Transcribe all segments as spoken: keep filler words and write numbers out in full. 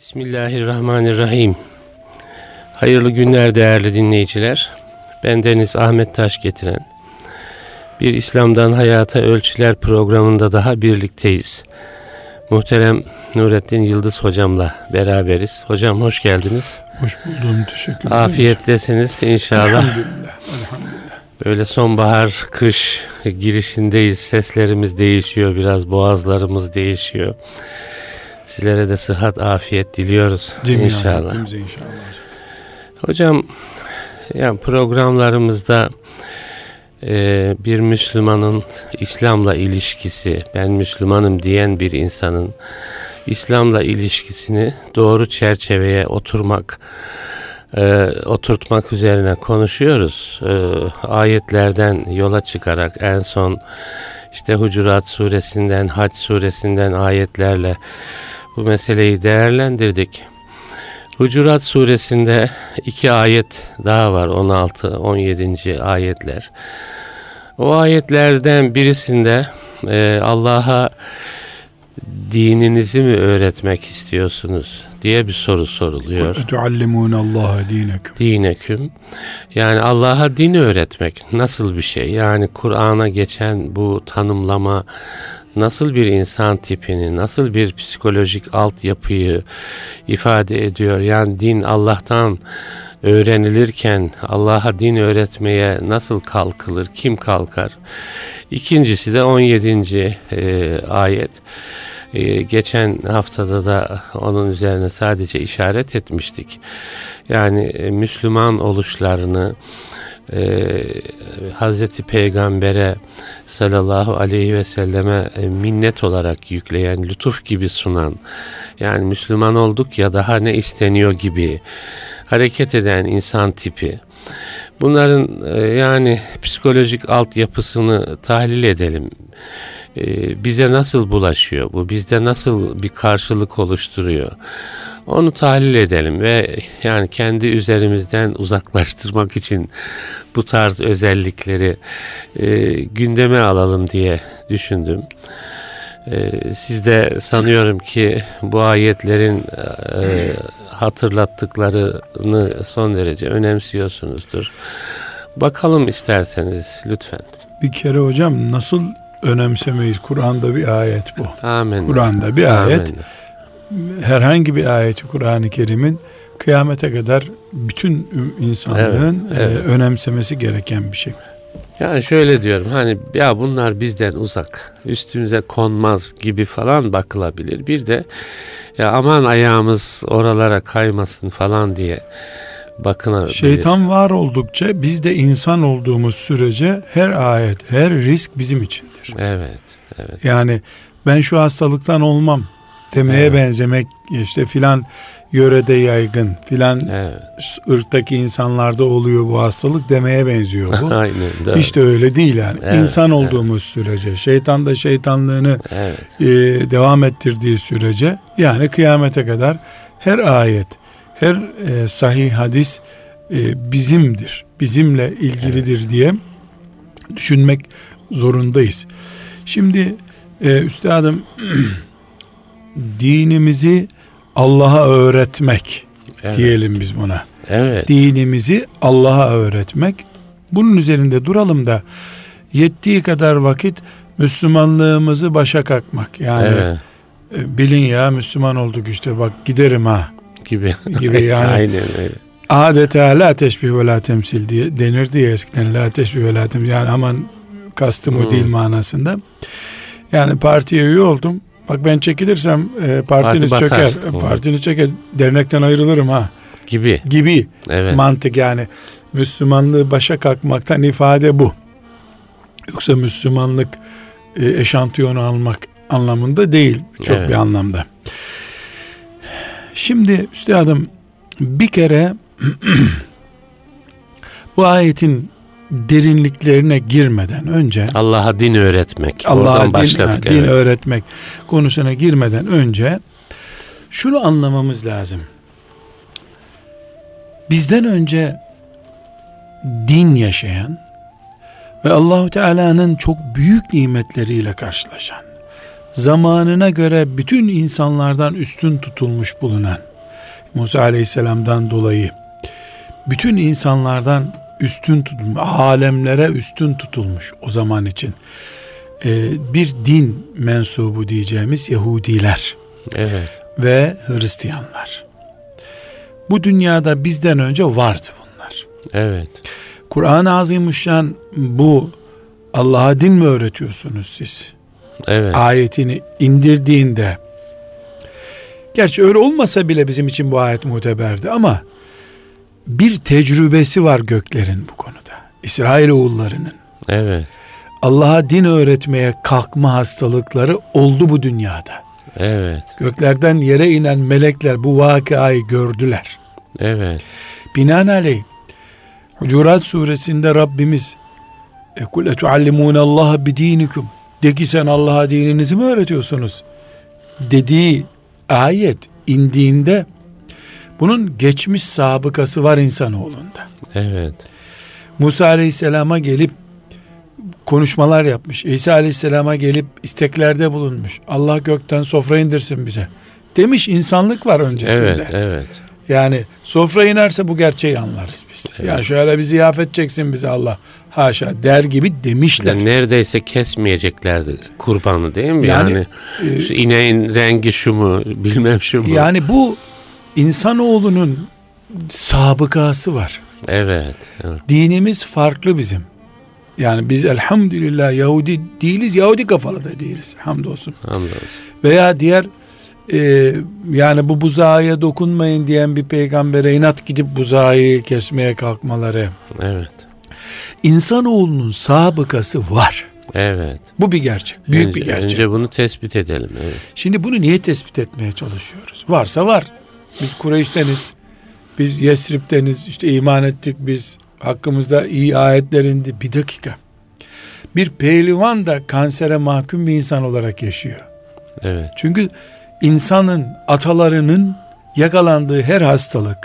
Bismillahirrahmanirrahim. Hayırlı günler değerli dinleyiciler. Bendeniz Ahmet Taş getiren bir İslam'dan Hayata Ölçüler programında daha birlikteyiz. Muhterem Nurettin Yıldız hocamla beraberiz. Hocam hoş geldiniz. Hoş buldum, teşekkür ederim. Afiyettesiniz inşallah. Elhamdülillah, elhamdülillah. Böyle sonbahar, kış girişindeyiz. Seslerimiz değişiyor, biraz boğazlarımız değişiyor. Sizlere de sıhhat, afiyet diliyoruz Cemiyen inşallah. inşallah. Hocam, yani programlarımızda e, bir Müslümanın İslam'la ilişkisi, ben Müslümanım diyen bir insanın İslam'la ilişkisini doğru çerçeveye oturmak, e, oturtmak üzerine konuşuyoruz. E, ayetlerden yola çıkarak en son işte Hucurat suresinden, Hac suresinden ayetlerle bu meseleyi değerlendirdik. Hucurat suresinde iki ayet daha var, on altı on yedinci ayetler. O ayetlerden birisinde e, Allah'a dininizi mi öğretmek istiyorsunuz diye bir soru soruluyor. Tuallimûne Allah'a dineküm. Dineküm. Yani Allah'a din öğretmek nasıl bir şey? Yani Kur'an'a geçen bu tanımlama nasıl bir insan tipini, nasıl bir psikolojik altyapıyı ifade ediyor? Yani din Allah'tan öğrenilirken Allah'a din öğretmeye nasıl kalkılır? Kim kalkar? İkincisi de on yedinci E, ayet. E, geçen haftada da onun üzerine sadece işaret etmiştik. Yani e, Müslüman oluşlarını e, Hazreti Peygamber'e sallallahu aleyhi ve selleme e, minnet olarak yükleyen, lütuf gibi sunan, yani Müslüman olduk ya daha ne isteniyor gibi hareket eden insan tipi. Bunların e, yani psikolojik altyapısını tahlil edelim. E, bize nasıl bulaşıyor bu? Bizde nasıl bir karşılık oluşturuyor? Onu tahlil edelim ve yani kendi üzerimizden uzaklaştırmak için bu tarz özellikleri e, gündeme alalım diye düşündüm. E, siz de sanıyorum ki bu ayetlerin e, hatırlattıklarını son derece önemsiyorsunuzdur. Bakalım isterseniz lütfen. Bir kere hocam nasıl önemsemeyiz? Kur'an'da bir ayet bu. Amin. Kur'an'da bir ayet. Herhangi bir ayeti Kur'an-ı Kerim'in kıyamete kadar bütün insanlığın evet, evet. E, önemsemesi gereken bir şey. Yani şöyle diyorum, hani ya bunlar bizden uzak, üstümüze konmaz gibi falan bakılabilir. Bir de ya aman ayağımız oralara kaymasın falan diye bakılabilir. Şeytan var oldukça biz de insan olduğumuz sürece her ayet, her risk bizim içindir. Evet, evet. Yani ben şu hastalıktan olmam demeye evet. benzemek, işte filan yörede yaygın, filan evet. ırktaki insanlarda oluyor bu hastalık demeye benziyor bu. Aynen, doğru. İşte öyle değil yani. Evet, İnsan olduğumuz evet. sürece, şeytan da şeytanlığını evet. e, devam ettirdiği sürece, yani kıyamete kadar her ayet, her e, sahih hadis e, bizimdir, bizimle ilgilidir evet. diye düşünmek zorundayız. Şimdi e, üstadım dinimizi Allah'a öğretmek evet. diyelim biz buna. Evet. Dinimizi Allah'a öğretmek. Bunun üzerinde duralım da yettiği kadar vakit Müslümanlığımızı başa kalkmak. Yani evet. bilin ya Müslüman olduk işte bak giderim ha gibi. gibi yani. Aynen öyle. Adeta la teşbih ve la temsil diye denirdi ya eskiden, la teşbih ve la temsil, yani aman kastım o hmm. değil manasında. Yani partiye üye oldum. Bak ben çekilirsem e, partiniz Parti çöker. Hmm. Partiniz çöker. Dernekten ayrılırım ha. Gibi. Gibi. Evet. Mantık yani. Müslümanlığı başa kalkmaktan ifade bu. Yoksa Müslümanlık e, eşantiyonu almak anlamında değil. Çok evet. bir anlamda. Şimdi üstadım bir kere bu ayetin derinliklerine girmeden önce Allah'a din öğretmek. Allah'a din, başladık, din evet. öğretmek konusuna girmeden önce şunu anlamamız lazım. Bizden önce din yaşayan ve Allahu Teala'nın çok büyük nimetleriyle karşılaşan, zamanına göre bütün insanlardan üstün tutulmuş bulunan, Musa Aleyhisselam'dan dolayı bütün insanlardan üstün tutulmuş, alemlere üstün tutulmuş o zaman için ee, bir din mensubu diyeceğimiz Yahudiler, evet, ve Hristiyanlar. Bu dünyada bizden önce vardı bunlar. Evet. Kur'an-ı Azimüşşan bu Allah'a din mi öğretiyorsunuz siz? Evet. Ayetini indirdiğinde, gerçi öyle olmasa bile bizim için bu ayet muteberdi ama bir tecrübesi var göklerin bu konuda. İsrailoğullarının. Evet. Allah'a din öğretmeye kalkma hastalıkları oldu bu dünyada. Evet. Göklerden yere inen melekler bu vakayı gördüler. Evet. Binaenaleyh Hucurat suresinde Rabbimiz "Kul etuallimunallaha bidinikum" de ki sen Allah'a dininizi mi öğretiyorsunuz dediği ayet indiğinde bunun geçmiş sabıkası var insanoğlunda. Evet. Musa Aleyhisselam'a gelip konuşmalar yapmış. İsa Aleyhisselam'a gelip isteklerde bulunmuş. Allah gökten sofra indirsin bize demiş, insanlık var öncesinde. Evet, evet. Yani sofra inerse bu gerçeği anlarız biz. Evet. Yani şöyle bir ziyafet çeksin bize Allah, haşa der gibi demişler. Yani neredeyse kesmeyeceklerdi kurbanı, değil mi? Yani, Yani, e, şu ineğin rengi şu mu, bilmem şu mu? Yani bu insanoğlunun sabıkası var. Evet, evet. Dinimiz farklı bizim. Yani biz elhamdülillah Yahudi değiliz, Yahudi kafalı da değiliz. Hamdolsun. Hamdolsun. Veya diğer e, yani bu buzağa dokunmayın diyen bir peygambere inat gidip buzağı kesmeye kalkmaları. Evet. İnsanoğlunun sabıkası var. Evet. Bu bir gerçek. Büyük önce, bir gerçek. Önce bunu tespit edelim. Evet. Şimdi bunu niye tespit etmeye çalışıyoruz? Varsa var. Biz Kureyş'teniz, biz Yesrib'teniz, işte iman ettik biz, hakkımızda iyi ayetler indi. Bir dakika. Bir pehlivan da kansere mahkum bir insan olarak yaşıyor. Evet. Çünkü insanın, atalarının yakalandığı her hastalık,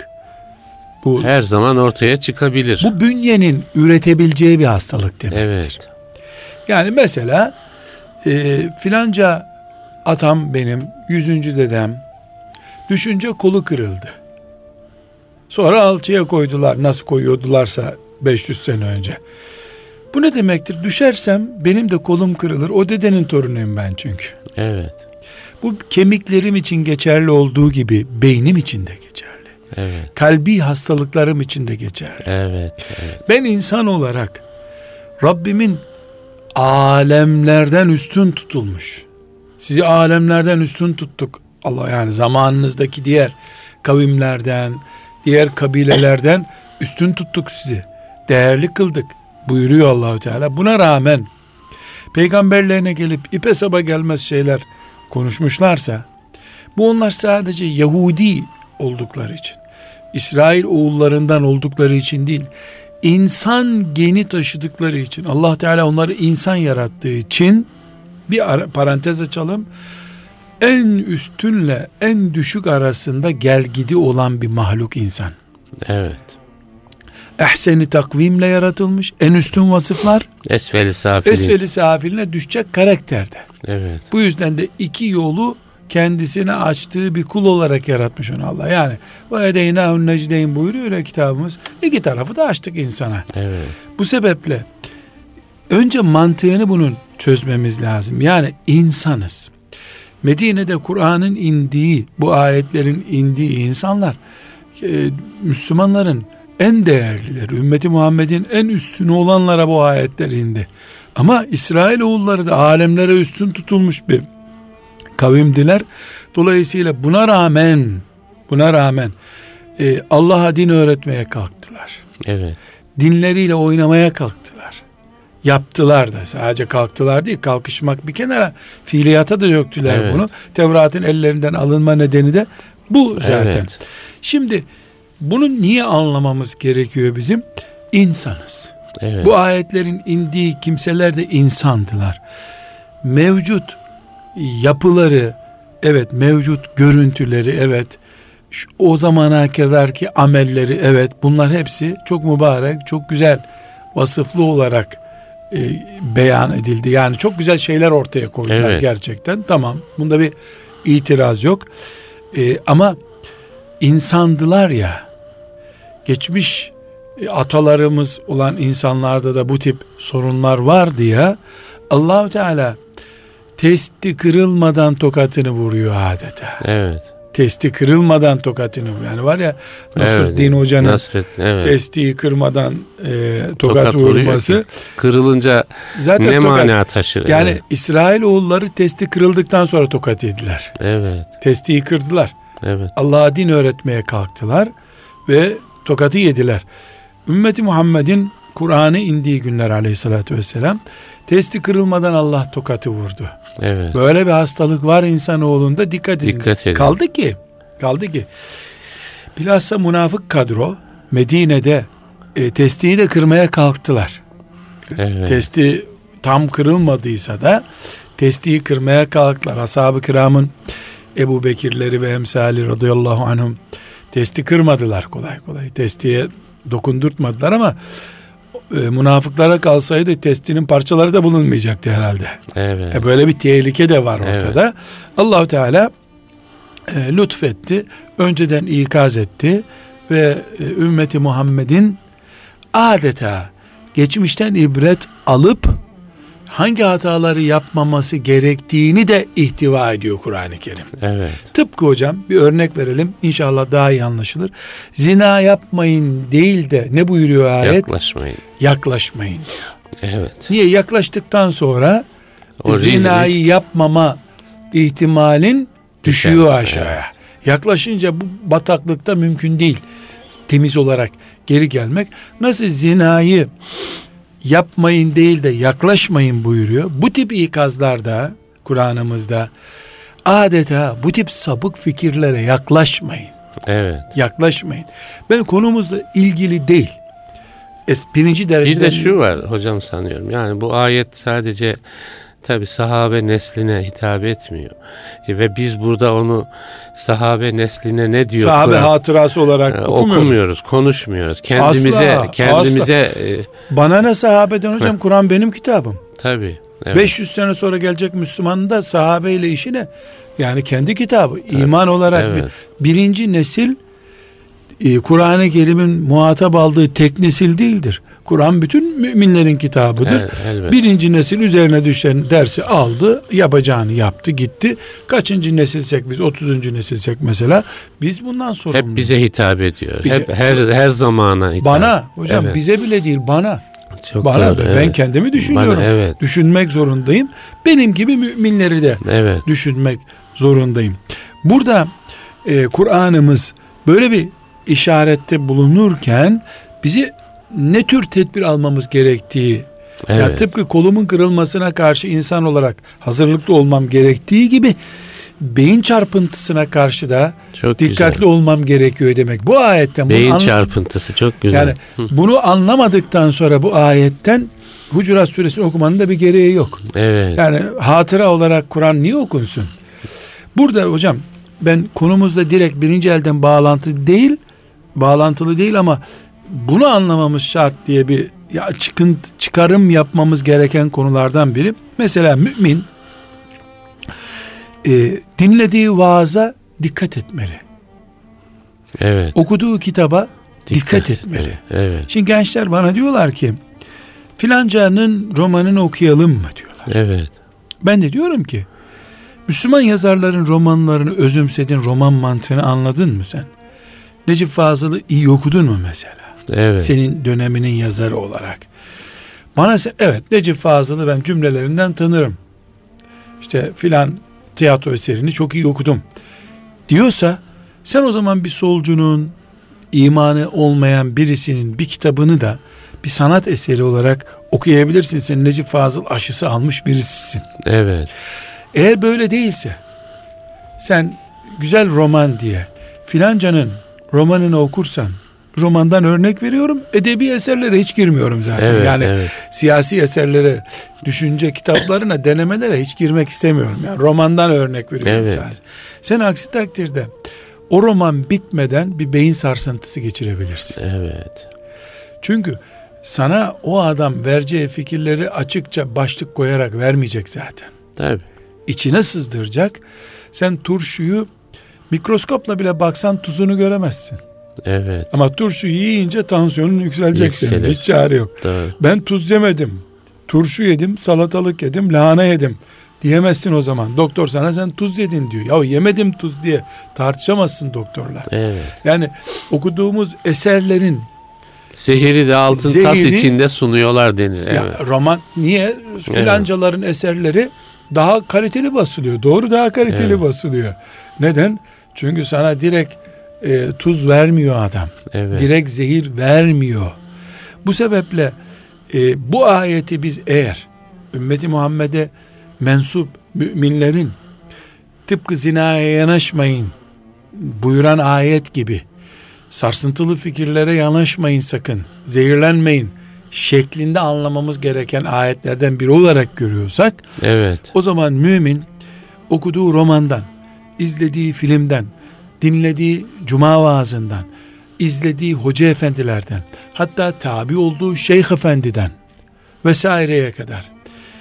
bu her zaman ortaya çıkabilir. bu bünyenin üretebileceği bir hastalık demektir. Evet. Yani mesela e, filanca atam benim, yüzüncü dedem düşünce kolu kırıldı. Sonra alçıya koydular, nasıl koyuyordularsa beş yüz sene önce. Bu ne demektir? Düşersem benim de kolum kırılır. O dedenin torunuyum ben çünkü. Evet. Bu kemiklerim için geçerli olduğu gibi beynim için de geçerli. Evet. Kalbi hastalıklarım için de geçerli. Evet. Evet. Ben insan olarak Rabbimin alemlerden üstün tutulmuş. Sizi alemlerden üstün tuttuk. Allah, yani zamanınızdaki diğer kavimlerden, diğer kabilelerden üstün tuttuk sizi. Değerli kıldık buyuruyor Allah-u Teala. Buna rağmen peygamberlerine gelip ipe sapa gelmez şeyler konuşmuşlarsa, bu onlar sadece Yahudi oldukları için, İsrail oğullarından oldukları için değil, insan geni taşıdıkları için, Allah Teala onları insan yarattığı için, bir ara, parantez açalım, en üstünle en düşük arasında gelgidi olan bir mahluk insan. Evet. Ehseni takvimle yaratılmış, en üstün vasıflar, Esfeli safilin. esfeli safiline düşecek karakterde. Evet. Bu yüzden de iki yolu kendisine açtığı bir kul olarak yaratmış onu Allah. Yani ve edeynâhun necdeyn buyuruyor öyle kitabımız. İki tarafı da açtık insana. Evet. Bu sebeple önce mantığını bunun çözmemiz lazım. Yani insanız. Medine'de Kur'an'ın indiği, bu ayetlerin indiği insanlar e, Müslümanların en değerlileri, ümmeti Muhammed'in en üstünü olanlara bu ayetler indi. Ama İsrailoğulları da alemlere üstün tutulmuş bir kavimdiler. Dolayısıyla buna rağmen buna rağmen e, Allah'a din öğretmeye kalktılar. Evet. Dinleriyle oynamaya kalktılar. Yaptılar da, sadece kalktılar değil, kalkışmak bir kenara, fiiliyata da döktüler Evet. bunu. Tevrat'ın ellerinden alınma nedeni de bu zaten. Evet. Şimdi bunu niye anlamamız gerekiyor bizim? İnsanız. Evet. Bu ayetlerin indiği kimseler de insandılar. Mevcut yapıları, evet, mevcut görüntüleri, evet, şu, o zamana kadarki amelleri, evet, bunlar hepsi çok mübarek, çok güzel vasıflı olarak e, beyan edildi. Yani çok güzel şeyler ortaya koydular, evet. Gerçekten. Tamam, bunda bir itiraz yok. E, ama insandılar ya, geçmiş atalarımız olan insanlarda da bu tip sorunlar vardı ya, Allah-u Teala testi kırılmadan tokatını vuruyor adeta. Evet. Testi kırılmadan tokatını vuruyor. Yani var ya Nasreddin evet, Hoca'nın Nasreddin, evet. testiyi kırmadan e, tokat, tokat vurması. Kırılınca zaten ne tokat, mana taşır. Yani evet. İsrailoğulları testi kırıldıktan sonra tokat yediler. Evet. Testiyi kırdılar. Evet. Allah'a din öğretmeye kalktılar ve tokatı yediler. Ümmeti Muhammed'in Kur'an'ı indiği günler aleyhissalatü vesselam, testi kırılmadan Allah tokatı vurdu. Evet. Böyle bir hastalık var insanoğlunda, dikkat edin. Dikkat edin. Kaldı ki, kaldı ki bilhassa münafık kadro Medine'de e, testiyi de kırmaya kalktılar. Evet. Testi tam kırılmadıysa da testiyi kırmaya kalktılar. Ashab-ı kiramın Ebu Bekirleri ve emsali radıyallahu anhum testi kırmadılar kolay kolay. Testiye dokundurtmadılar ama e, münafıklara kalsaydı testinin parçaları da bulunmayacaktı herhalde. Evet. E, böyle bir tehlike de var ortada. Evet. Allah-u Teala e, lütfetti. Önceden ikaz etti ve e, ümmeti Muhammed'in adeta geçmişten ibret alıp hangi hataları yapmaması gerektiğini de ihtiva ediyor Kur'an-ı Kerim. Evet. Tıpkı hocam bir örnek verelim. İnşallah daha iyi anlaşılır. Zina yapmayın değil de ne buyuruyor ayet? Yaklaşmayın. Yaklaşmayın. Evet. Niye? Yaklaştıktan sonra o zinayı risk, yapmama ihtimalin düşüyor düşer, aşağıya. Evet. Yaklaşınca bu bataklıkta mümkün değil. Temiz olarak geri gelmek. Nasıl zinayı yapmayın değil de yaklaşmayın buyuruyor. Bu tip ikazlarda Kur'an'ımızda adeta bu tip sapık fikirlere yaklaşmayın. Evet. Yaklaşmayın. Ben konumuzla ilgili değil. Es, birinci derecede. Bir de şu var hocam sanıyorum. Yani bu ayet sadece tabi sahabe nesline hitap etmiyor. E, ve biz burada onu sahabe nesline ne diyor? Sahabe Kur'an, hatırası olarak e, okumuyoruz. okumuyoruz, konuşmuyoruz. Kendimize asla, kendimize asla. E, bana ne sahabeden hocam? Kur'an benim kitabım. Tabii. Evet. beş yüz sene sonra gelecek Müslümanın da sahabeyle işi ne? Yani kendi kitabı. Tabii. İman olarak evet. bir, birinci nesil e, Kur'an-ı Kerim'in muhatap aldığı tek nesil değildir. Kur'an bütün müminlerin kitabıdır. Evet, birinci nesil üzerine düşen dersi aldı, yapacağını yaptı, gitti. Kaçıncı nesilsek biz, otuzuncu nesilsek mesela, biz bundan sorumluyuz. Hep bize hitap ediyor. Bize, Hep her her zamana hitap. Bana hocam evet. bize bile değil bana. Çok bana doğru, ben evet. kendimi düşünüyorum. Bana, evet. Düşünmek zorundayım. Benim gibi müminleri de evet. düşünmek zorundayım. Burada e, Kur'an'ımız böyle bir işarette bulunurken bizi ne tür tedbir almamız gerektiği, evet. yani tıpkı kolumun kırılmasına karşı insan olarak hazırlıklı olmam gerektiği gibi beyin çarpıntısına karşı da çok dikkatli güzel. olmam gerekiyor demek. Bu ayetten beyin anla- çarpıntısı çok güzel. Yani bunu anlamadıktan sonra bu ayetten Hucurat Suresini okumanın da bir gereği yok. Evet. Yani hatıra olarak Kur'an niye okunsun? Burada hocam ben konumuzda direkt birinci elden bağlantı değil, bağlantılı değil ama bunu anlamamız şart diye bir ya çıkıntı, çıkarım yapmamız gereken konulardan biri. Mesela mümin e, dinlediği vaaza dikkat etmeli. Evet. Okuduğu kitaba dikkat, dikkat etmeli. etmeli. Evet. Şimdi gençler bana diyorlar ki filancanın romanını okuyalım mı diyorlar. Evet. Ben de diyorum ki Müslüman yazarların romanlarını özümsedin, roman mantığını anladın mı sen? Necip Fazıl'ı iyi okudun mu mesela? Evet. Senin döneminin yazarı olarak. Bana sen, evet Necip Fazıl'ı ben cümlelerinden tanırım. İşte filan tiyatro eserini çok iyi okudum diyorsa sen o zaman bir solcunun, imanı olmayan birisinin bir kitabını da bir sanat eseri olarak okuyabilirsin. Sen Necip Fazıl aşısı almış birisisin. Evet. Eğer böyle değilse sen güzel roman diye filancanın romanını okursan, romandan örnek veriyorum, edebi eserlere hiç girmiyorum zaten. Evet, yani evet. siyasi eserlere, düşünce kitaplarına, denemelere hiç girmek istemiyorum. Yani romandan örnek veriyorum evet. sadece. Sen aksi takdirde o roman bitmeden bir beyin sarsıntısı geçirebilirsin. Evet. Çünkü sana o adam vereceği fikirleri açıkça başlık koyarak vermeyecek zaten. Tabii. İçine sızdıracak. Sen turşuyu Mikroskopla bile baksan tuzunu göremezsin. Evet. Ama turşu yiyince tansiyonun yükselecek senin. Hiç çare yok. Doğru. Ben tuz yemedim, turşu yedim, salatalık yedim, lahana yedim diyemezsin o zaman. Doktor sana sen tuz yedin diyor. Ya yemedim tuz diye tartışamazsın doktorlar. Evet. Yani okuduğumuz eserlerin zehiri de altın zehiri, tas içinde sunuyorlar denir. Evet. Ya roman niye? Filancaların evet. eserleri daha kaliteli basılıyor. Doğru, daha kaliteli evet. basılıyor. Neden? Çünkü sana direkt e, tuz vermiyor adam. Evet. Direkt zehir vermiyor. Bu sebeple e, bu ayeti biz eğer ümmeti Muhammed'e mensup müminlerin tıpkı zinaya yanaşmayın buyuran ayet gibi sarsıntılı fikirlere yanaşmayın sakın, zehirlenmeyin şeklinde anlamamız gereken ayetlerden biri olarak görüyorsak, evet. o zaman mümin okuduğu romandan, izlediği filmden, dinlediği cuma vaazından, izlediği hoca efendilerden, hatta tabi olduğu şeyh efendiden vesaireye kadar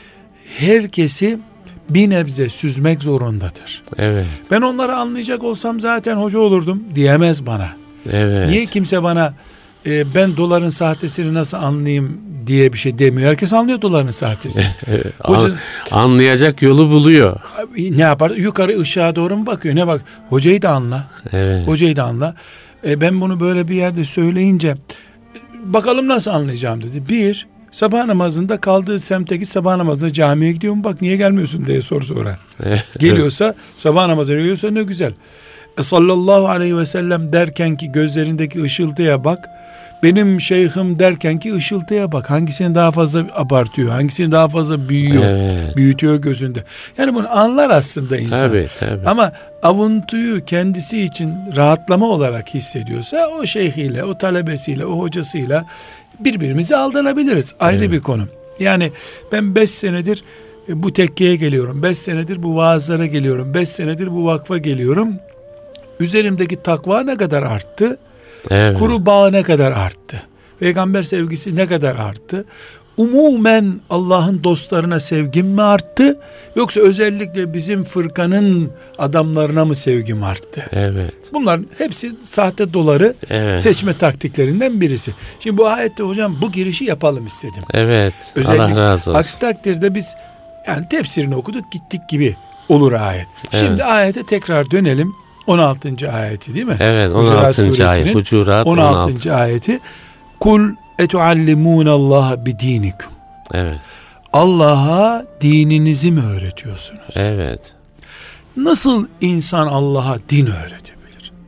herkesi bir nebze süzmek zorundadır. Evet. Ben onları anlayacak olsam zaten hoca olurdum diyemez bana. Evet. Niye kimse bana e, ben doların sahtesini nasıl anlayayım diye bir şey demiyor. Herkes anlıyor doların sahtesini. Hoca, anlayacak yolu buluyor. Ne yapar? Yukarı ışığa doğru mu bakıyor? Ne bak? Hocayı da anla. Evet. Hocayı da anla. E, ben bunu böyle bir yerde söyleyince bakalım nasıl anlayacağım dedi. Bir, sabah namazında kaldığı semtteki sabah namazında camiye gidiyor mu? Bak niye gelmiyorsun diye sor sonra. Geliyorsa sabah namazına geliyorsa ne güzel. E, sallallahu aleyhi ve sellem derken ki gözlerindeki ışıltıya bak. Benim şeyhim derken ki ışıltıya bak. Hangisini daha fazla abartıyor? Hangisini daha fazla büyüyor? Evet. Büyütüyor gözünde. Yani bunu anlar aslında insan. Tabii, tabii. Ama avuntuyu kendisi için rahatlama olarak hissediyorsa o şeyhiyle, o talebesiyle, o hocasıyla birbirimizi aldanabiliriz. Ayrı evet. bir konu. Yani ben beş senedir bu tekkeye geliyorum. Beş senedir bu vaazlara geliyorum. Beş senedir bu vakfa geliyorum. Üzerimdeki takva ne kadar arttı? Evet. Kuru bağ ne kadar arttı? Peygamber sevgisi ne kadar arttı? Umumen Allah'ın dostlarına sevgim mi arttı? Yoksa özellikle bizim fırkanın adamlarına mı sevgim arttı? Evet. Bunların hepsi sahte doları evet. seçme taktiklerinden birisi. Şimdi bu ayette hocam bu girişi yapalım istedim. Evet. Özellikle, Allah razı olsun. Aksi takdirde biz yani tefsirini okuduk gittik gibi olur ayet. Evet. Şimdi ayete tekrar dönelim. on altıncı ayeti değil mi? Evet, on altıncı ayet. Hucurat on altıncı ayeti. Kul etuallimunallaha bidinikum. Evet. Allah'a dininizi mi öğretiyorsunuz? Evet. Nasıl insan Allah'a din öğretebilir?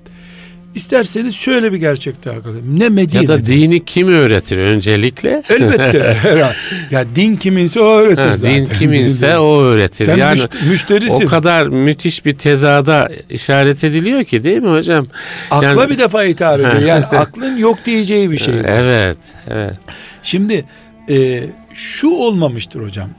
İsterseniz şöyle bir gerçek daha kalalım. Ne Medine'de. Ya da dini kim öğretir öncelikle? Elbette. Ya din kiminse o öğretir ha, zaten. Din kiminse o öğretir. Sen yani müşterisin. O kadar müthiş bir tezada işaret ediliyor ki değil mi hocam? Akla yani, bir defa hitap ediyor. Yani aklın yok diyeceği bir şey. Evet. Evet. Şimdi e, şu olmamıştır hocam.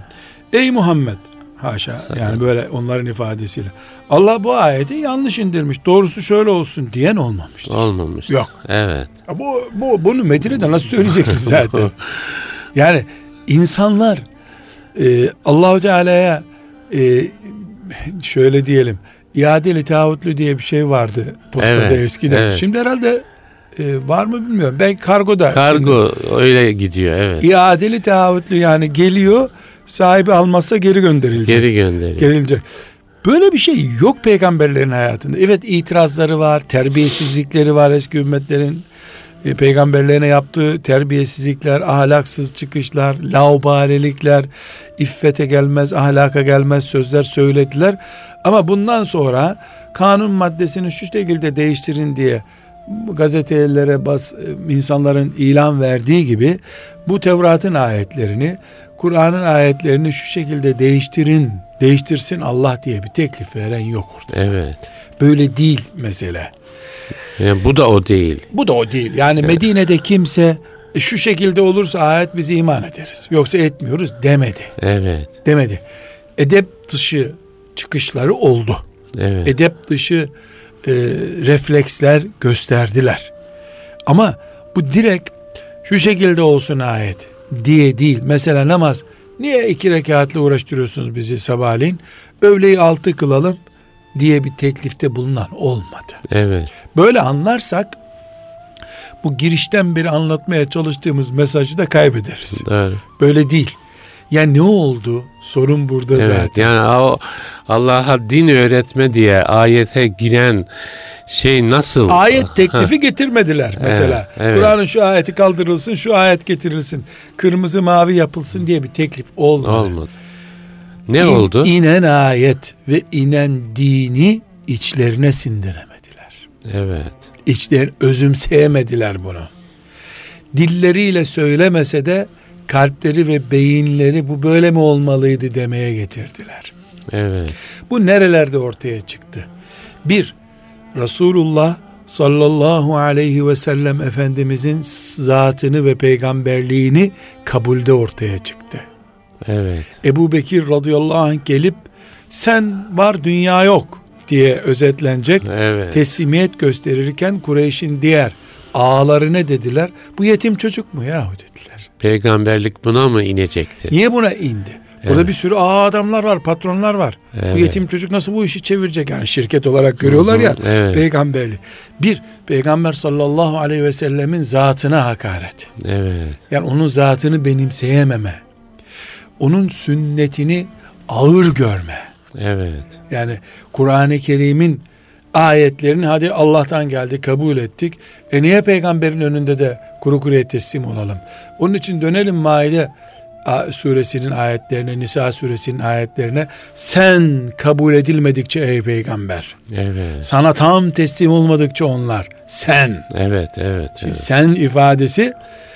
Ey Muhammed, haşa yani böyle onların ifadesiyle. Allah bu ayeti yanlış indirmiş. Doğrusu şöyle olsun diyen olmamıştır. Olmamıştır. Yok. Evet. Bu, bu bunu Medine'de nasıl söyleyeceksin zaten? Yani insanlar e, Allah-u Teala'ya e, şöyle diyelim, iade-i taahhütlü diye bir şey vardı postada evet, eskiden. Evet. Şimdi herhalde e, var mı bilmiyorum. Belki kargoda. Kargo şimdi, öyle gidiyor evet. İadeli taahhütlü yani geliyor, sahibi almazsa geri gönderilecek. Geri gönderilecek. Gerilecek. Böyle bir şey yok peygamberlerin hayatında. Evet, itirazları var, terbiyesizlikleri var eski ümmetlerin e, peygamberlerine yaptığı terbiyesizlikler, ahlaksız çıkışlar, laubalilikler, iffete gelmez, ahlaka gelmez sözler söylediler. Ama bundan sonra kanun maddesini şu şekilde değiştirin diye gazetelere bas, insanların ilan verdiği gibi bu Tevrat'ın ayetlerini, Kur'an'ın ayetlerini şu şekilde değiştirin, değiştirsin Allah diye bir teklif veren yok ortada. Evet. Böyle değil mesele. Yani bu da o değil. Bu da o değil. Yani evet. Medine'de kimse e, şu şekilde olursa ayet bizi iman ederiz. Yoksa etmiyoruz demedi. Evet. Demedi. Edep dışı çıkışları oldu. Evet. Edep dışı e, refleksler gösterdiler. Ama bu direkt şu şekilde olsun ayet diye değil. Mesela namaz, niye iki rekatla uğraştırıyorsunuz bizi sabahleyin? Öğleyi altı kılalım, diye bir teklifte bulunan olmadı. Evet. Böyle anlarsak bu girişten beri anlatmaya çalıştığımız mesajı da kaybederiz. Doğru. Böyle değil. Yani ne oldu? Sorun burada evet, zaten. Yani o Allah'a din öğretme diye ayete giren şey nasıl? Ayet teklifi getirmediler mesela. Evet, evet. Kur'an'ın şu ayeti kaldırılsın, şu ayet getirilsin, kırmızı mavi yapılsın diye bir teklif olmadı. Olmadı. Ne İn, oldu? İnen ayet ve inen dini içlerine sindiremediler. Evet. İçler özümseyemediler bunu. Dilleriyle söylemese de kalpleri ve beyinleri bu böyle mi olmalıydı demeye getirdiler. Evet. Bu nerelerde ortaya çıktı? Bir, Resulullah sallallahu aleyhi ve sellem Efendimizin zatını ve peygamberliğini kabulde ortaya çıktı. Evet. Ebu Bekir radıyallahu anh gelip sen var dünya yok diye özetlenecek Evet. teslimiyet gösterirken Kureyş'in diğer ağaları ne dediler? Bu yetim çocuk mu yahu dediler. Peygamberlik buna mı inecekti? Niye buna indi? Evet. Burada bir sürü ağa adamlar var, patronlar var. Evet. Bu yetim çocuk nasıl bu işi çevirecek? Yani şirket olarak görüyorlar Hı hı, ya evet. peygamberliği. Bir, Peygamber sallallahu aleyhi ve sellemin zatına hakaret. Evet. Yani onun zatını benimseyememe. Onun sünnetini ağır görme. Evet. Yani Kur'an-ı Kerim'in ayetlerini hadi Allah'tan geldi kabul ettik. E niye peygamberin önünde de kuru kuruya teslim olalım? Onun için dönelim Maide suresinin ayetlerine, Nisa suresinin ayetlerine. Sen kabul edilmedikçe ey peygamber. Evet. Sana tam teslim olmadıkça onlar. Sen. Evet, evet. Şimdi evet. sen ifadesi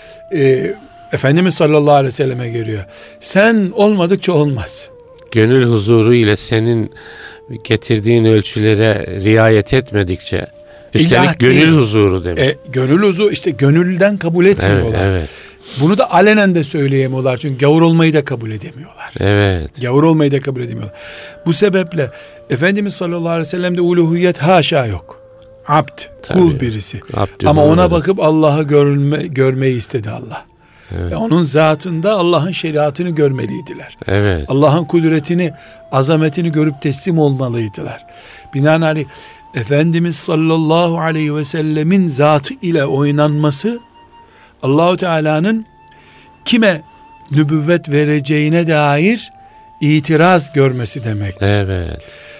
e, Efendimiz sallallahu aleyhi ve selleme geliyor. Sen olmadıkça olmaz. Gönül huzuru ile senin getirdiğin ölçülere riayet etmedikçe, üstelik İlah gönül değil. huzuru demiş. E, gönül huzuru işte gönülden kabul etmiyorlar. Evet, evet. Bunu da alenen de söyleyemiyorlar. Çünkü gavur olmayı da kabul edemiyorlar. Evet. Gavur olmayı da kabul edemiyorlar. Bu sebeple Efendimiz sallallahu aleyhi ve sellem'de uluhiyet haşa yok. Abd, Tabii. kul birisi. Abdü Ama ona Muhammed. bakıp Allah'ı görme, görmeyi istedi Allah. Evet. Ve onun zatında Allah'ın şeriatını görmeliydiler. Evet. Allah'ın kudretini, azametini görüp teslim olmalıydılar. Binaenaleyh Efendimiz sallallahu aleyhi ve sellemin zatı ile oynanması Allah-u Teala'nın kime nübüvvet vereceğine dair itiraz görmesi demektir. Evet.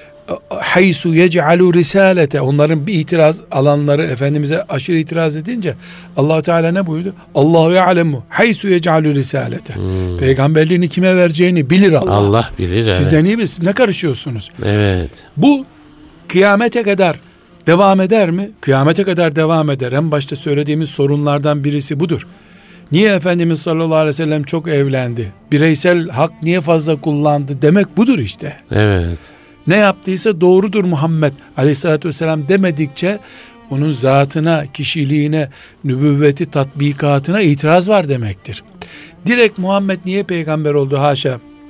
Haysu yec'alu risalete, onların bir itiraz alanları Efendimiz'e aşırı itiraz edince Allah-u Teala ne buyurdu? Allahu ya'lemu haysu yec'alu risalete. Hmm. Peygamberliğini kime vereceğini bilir Allah. Allah bilir. Evet. Sizden iyi bilsin. Ne karışıyorsunuz? Evet. Bu kıyamete kadar devam eder mi? Kıyamete kadar devam eder. En başta söylediğimiz sorunlardan birisi budur. Niye Efendimiz sallallahu aleyhi ve sellem çok evlendi? Bireysel hak niye fazla kullandı? Demek budur işte. Evet. Ne yaptıysa doğrudur Muhammed aleyhissalatü vesselam demedikçe onun zatına, kişiliğine, nübüvveti tatbikatına itiraz var demektir. Direkt Muhammed niye peygamber oldu? Haşa.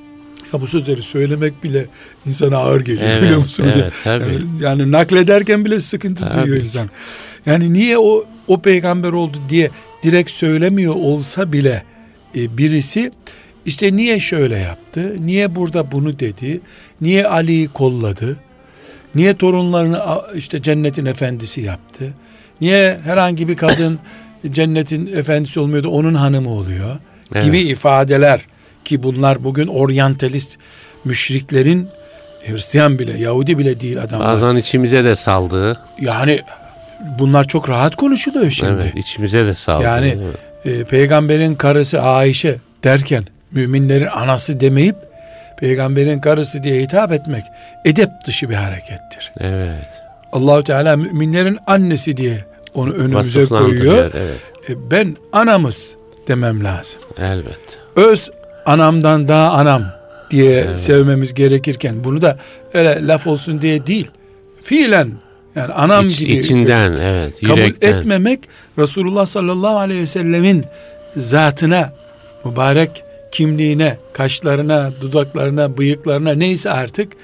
Ya bu sözleri söylemek bile insana ağır geliyor, evet, biliyor musunuz? Evet, tabii. Yani, yani naklederken bile sıkıntı Tabii. duyuyor insan. Yani niye o o peygamber oldu diye direkt söylemiyor olsa bile e, birisi işte niye şöyle yaptı, niye burada bunu dedi, niye Ali'yi kolladı, niye torunlarını işte cennetin efendisi yaptı, niye herhangi bir kadın cennetin efendisi olmuyor da onun hanımı oluyor, evet, gibi ifadeler ki bunlar bugün oryantalist müşriklerin, Hristiyan bile, Yahudi bile değil adamlar. Bazen içimize de saldığı. Yani bunlar çok rahat konuşuluyor şimdi. Evet, içimize de saldığı. Yani e, peygamberin karısı Ayşe derken müminlerin anası demeyip peygamberin karısı diye hitap etmek edep dışı bir harekettir. Evet. Allah-u Teala müminlerin annesi diye onu önümüze koyuyor. Evet. E, ben anamız demem lazım. Elbette. Öz anamdan daha anam diye evet, sevmemiz gerekirken bunu da öyle laf olsun diye değil, fiilen yani anam İç, gibi içinden, evet, kabul yürekten etmemek Resulullah sallallahu aleyhi ve sellemin zatına, mübarek kimliğine, kaşlarına, dudaklarına, bıyıklarına neyse artık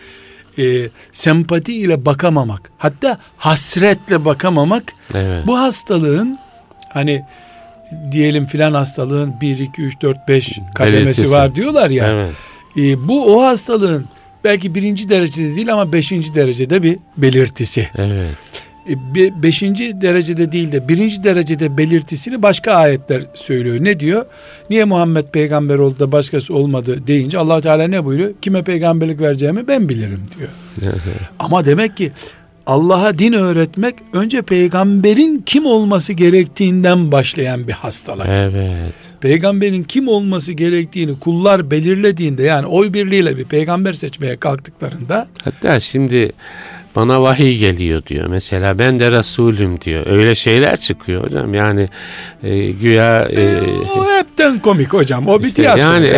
e, sempati ile bakamamak, hatta hasretle bakamamak, evet, bu hastalığın hani diyelim filan hastalığın bir, iki, üç, dört, beş kademesi belirtisi var diyorlar ya. Evet. E, bu o hastalığın belki birinci derecede değil ama beşinci derecede bir belirtisi. Evet. Be, beşinci derecede değil de birinci derecede belirtisini başka ayetler söylüyor. Ne diyor? Niye Muhammed peygamber oldu da başkası olmadı deyince Allah Teala ne buyuruyor? Kime peygamberlik vereceğimi ben bilirim diyor. Ama demek ki Allah'a din öğretmek önce peygamberin kim olması gerektiğinden başlayan bir hastalık. Evet. Peygamberin kim olması gerektiğini kullar belirlediğinde, yani oy birliğiyle bir peygamber seçmeye kalktıklarında, hatta şimdi bana vahiy geliyor diyor. Mesela ben de Resulüm diyor. Öyle şeyler çıkıyor hocam. Yani e, güya e, e, o hepten komik hocam. O bir işte tiyatro. yani.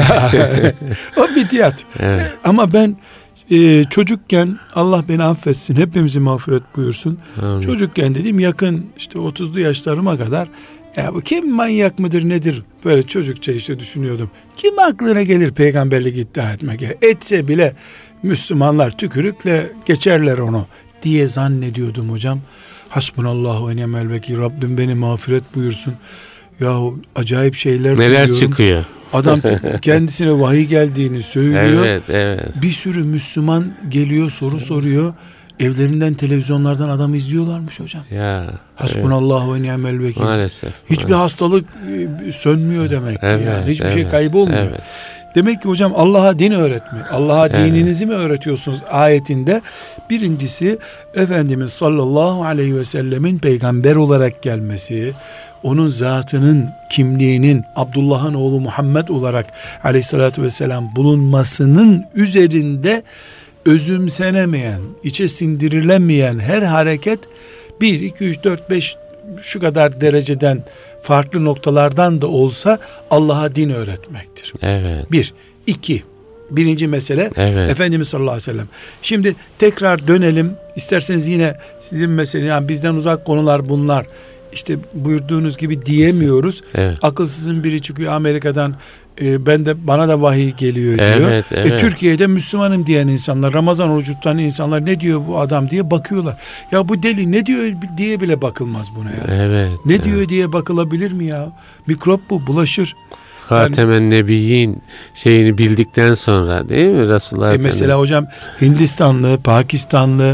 O bir tiyatro. Evet. Ama ben e, çocukken, Allah beni affetsin, hepimizi mağfiret buyursun. Amin. Çocukken dediğim yakın işte otuzlu yaşlarıma kadar, ya bu kim manyak mıdır nedir? Böyle çocukça işte düşünüyordum. Kim aklına gelir peygamberlik iddia etmek? Etse bile Müslümanlar tükürükle geçerler onu diye zannediyordum hocam. Hasbunallahu ve ni'mel vekil. Rabbim beni mağfiret buyursun. Yahu acayip şeyler neler duyuyorum. Çıkıyor. Adam kendisine vahiy geldiğini söylüyor. Evet, evet. Bir sürü Müslüman geliyor, soru soruyor. Evlerinden, televizyonlardan adam izliyorlarmış hocam. Ya. Hasbunallahu ve ni'mel vekil. Maalesef. Hiçbir maalesef. hastalık sönmüyor demek ki. Evet, yani. Hiçbir evet, şey kaybolmuyor. Evet. Demek ki hocam Allah'a din öğretmek, Allah'a evet. dininizi mi öğretiyorsunuz ayetinde birincisi Efendimiz sallallahu aleyhi ve sellemin peygamber olarak gelmesi, onun zatının, kimliğinin Abdullah'ın oğlu Muhammed olarak aleyhissalatü vesselam bulunmasının üzerinde özümsenemeyen, içe sindirilemeyen her hareket bir, iki, üç, dört, beş şu kadar dereceden farklı noktalardan da olsa Allah'a din öğretmektir. Evet. Bir. iki. Birinci mesele evet. Efendimiz sallallahu aleyhi ve sellem. Şimdi tekrar dönelim. İsterseniz yine sizin mesele, yani bizden uzak konular bunlar. İşte buyurduğunuz gibi diyemiyoruz. Evet. Akılsızın biri çıkıyor Amerika'dan, e, ben de bana da vahiy geliyor diyor. Evet, evet. E, Türkiye'de Müslümanım diyen insanlar, Ramazan orucu tutan insanlar ne diyor bu adam diye bakıyorlar. Ya bu deli ne diyor diye bile bakılmaz buna ya. Evet. Ne evet. diyor diye bakılabilir mi ya? Mikrop bu, bulaşır. Hatemen Nebiyyin şeyini bildikten sonra değil mi Resulullah? E mesela hocam Hindistanlı, Pakistanlı,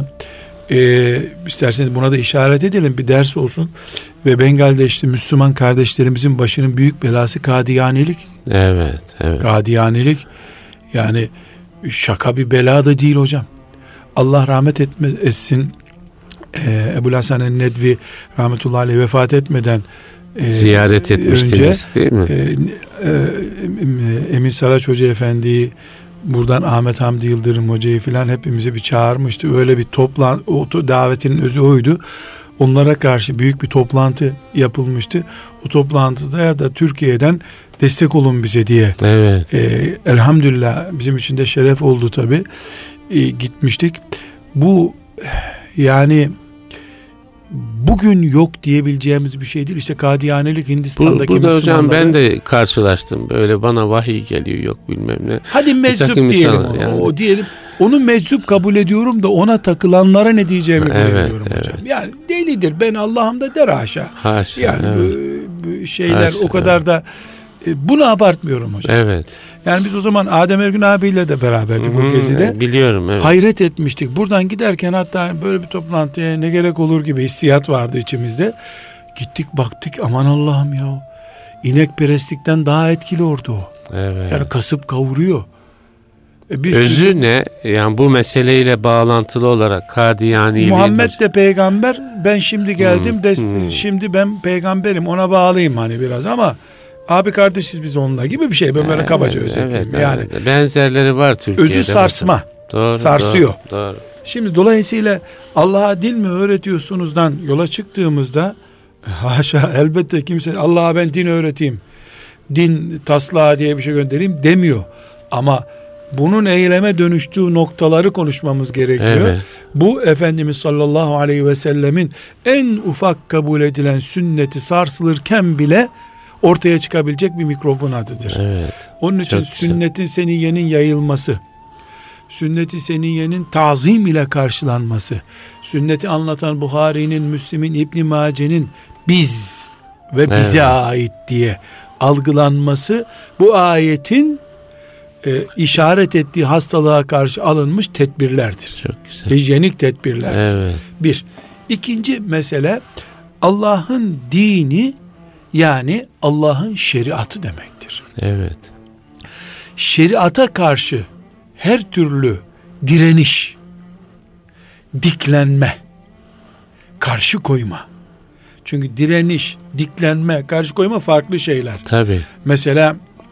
e, isterseniz buna da işaret edelim, bir ders olsun. Ve Bengaldeşli Müslüman kardeşlerimizin başının büyük belası Kadiyanilik. Evet, evet. Kadiyanilik yani şaka bir bela da değil hocam. Allah rahmet etme, etsin. E, Ebu Hasan el-Nedvi rahmetullahi aleyh vefat etmeden e, ziyaret etmiştiniz değil mi? E, e, Emin Saraç Hoca Efendi'yi, buradan Ahmet Hamdi Yıldırım Hoca'yı filan hepimizi bir çağırmıştı. Öyle bir toplantı, o davetinin özü oydu. Onlara karşı büyük bir toplantı yapılmıştı. O toplantıda ya da Türkiye'den destek olun bize diye. Evet. E, elhamdülillah bizim için de şeref oldu tabii. E, gitmiştik. Bu yani bugün yok diyebileceğimiz bir şey değil. İşte Kadiyanilik Hindistan'daki bu, bu da hocam ben Müslümanları, de karşılaştım. Böyle bana vahiy geliyor, yok bilmem ne. hadi meczup diyelim o, yani. o diyelim. Onu meczup kabul ediyorum da ona takılanlara ne diyeceğimi evet, bilemiyorum evet. hocam. Yani delidir, ben Allah'ım da der haşa. Haşa. Yani evet. bu, bu şeyler haşa, o kadar evet. da e, bunu abartmıyorum hocam. Evet. Yani biz o zaman Adem Ergün abiyle de beraberdik Hı-hı, o gezide. biliyorum evet. Hayret etmiştik. Buradan giderken hatta böyle bir toplantıya ne gerek olur gibi hissiyat vardı içimizde. Gittik baktık, aman Allah'ım ya. İnekperestlikten daha etkili orada o. Evet. Yani kasıp kavuruyor. E bir Özü sürü... ne? Yani bu meseleyle bağlantılı olarak Kadiyani'yi Muhammed de peygamber. Ben şimdi geldim hmm, de hmm. şimdi ben peygamberim. Ona bağlıyım hani biraz ama abi kardeşiz biz onunla gibi bir şey. Ben böyle evet, kabaca özetleyeyim. Evet, yani evet. Benzerleri var Türkiye'de. Özü sarsma. Doğru, sarsıyor. Doğru, doğru. Şimdi dolayısıyla Allah'a din mi öğretiyorsunuzdan yola çıktığımızda haşa elbette kimse Allah'a ben din öğreteyim, din taslağı diye bir şey göndereyim demiyor. Ama bunun eyleme dönüştüğü noktaları konuşmamız gerekiyor. Evet. Bu Efendimiz sallallahu aleyhi ve sellemin en ufak kabul edilen sünneti sarsılırken bile ortaya çıkabilecek bir mikrobun adıdır. Evet. Onun için Çok sünnetin seniyyenin yayılması, sünnet-i seniyyenin tazim ile karşılanması, sünneti anlatan Buhari'nin, Müslim'in, İbn Mace'nin biz ve bize evet. ait diye algılanması, bu ayetin e, işaret ettiği hastalığa karşı alınmış tedbirlerdir. Çok güzel. Hijyenik tedbirlerdir. Evet. Bir. İkinci mesele, Allah'ın dini yani Allah'ın şeriatı demektir. Evet. Şeriata karşı her türlü direniş, diklenme, karşı koyma. Çünkü direniş, diklenme, karşı koyma farklı şeyler. Tabii. Mesela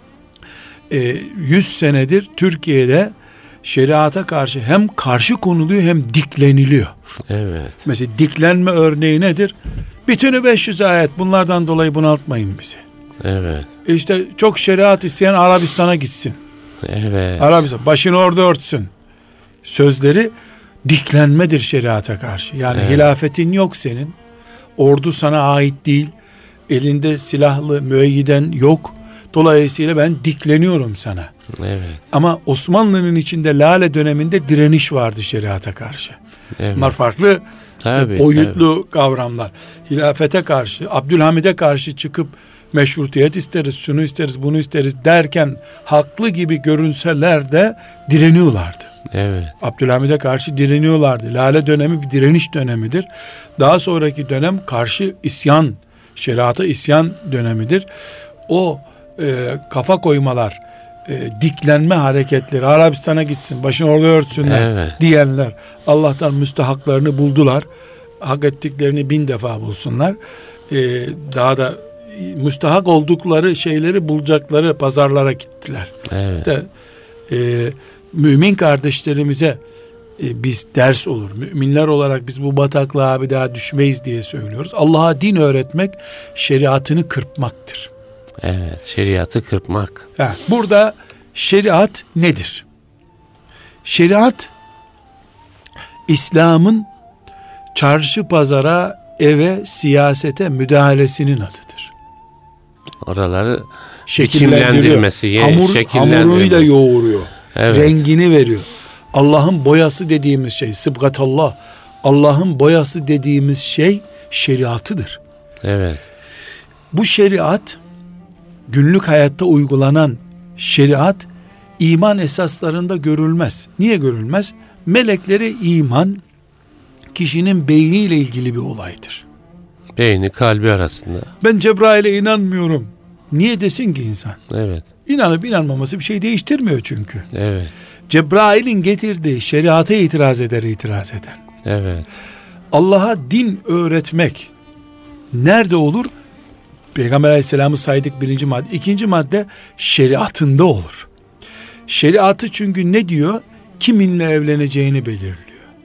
e, yüz senedir Türkiye'de şeriata karşı hem karşı konuluyor hem dikleniliyor. Evet. Mesela diklenme örneği nedir? Bütünü beş yüz ayet, bunlardan dolayı bunaltmayın bizi. Evet. İşte çok şeriat isteyen Arabistan'a gitsin. Evet. Arabistan başını orada örtsün. Sözleri diklenmedir şeriata karşı. Yani Evet. hilafetin yok senin. Ordu sana ait değil. Elinde silahlı müeyyiden yok. Dolayısıyla ben dikleniyorum sana. Evet. Ama Osmanlı'nın içinde Lale döneminde direniş vardı şeriata karşı. Evet. Bunlar farklı Tabii, boyutlu tabii. kavramlar. Hilafete karşı, Abdülhamid'e karşı çıkıp meşrutiyet isteriz, şunu isteriz, bunu isteriz derken haklı gibi görünseler de direniyorlardı. Evet. Abdülhamid'e karşı direniyorlardı. Lale dönemi bir direniş dönemidir. Daha sonraki dönem karşı isyan, şeriata isyan dönemidir. O e, kafa koymalar, e, diklenme hareketleri, Arabistan'a gitsin, başını orada örtsünler Evet. diyenler Allah'tan müstahaklarını buldular. Hak ettiklerini bin defa bulsunlar. E, daha da müstahak oldukları şeyleri bulacakları pazarlara gittiler. Evet. De, e, mümin kardeşlerimize e, biz ders olur. Müminler olarak biz bu bataklığa bir daha düşmeyiz diye söylüyoruz. Allah'a din öğretmek şeriatını kırpmaktır. Evet. Şeriatı kırpmak. Ha, burada şeriat nedir? Şeriat İslam'ın çarşı pazara, eve, siyasete müdahalesinin adıdır. Oraları Şekillendiriyor. biçimlendirmesi, yeni Hamur, şekillendirmesi. hamuruyla yoğuruyor. Evet. Rengini veriyor. Allah'ın boyası dediğimiz şey, sıbgatallah, Allah'ın boyası dediğimiz şey şeriatıdır. Evet. Bu şeriat, günlük hayatta uygulanan şeriat, iman esaslarında görülmez. Niye görülmez? Meleklere iman, kişinin beyniyle ilgili bir olaydır. Beyni kalbi arasında. Ben Cebrail'e inanmıyorum. Niye desin ki insan? Evet. İnanıp inanmaması bir şey değiştirmiyor çünkü. Evet. Cebrail'in getirdiği şeriata itiraz eder itiraz eden. Evet. Allah'a din öğretmek nerede olur? Peygamber Aleyhisselam'ı saydık birinci madde. İkinci madde şeriatında olur. Şeriatı çünkü ne diyor? Kiminle evleneceğini belirliyor.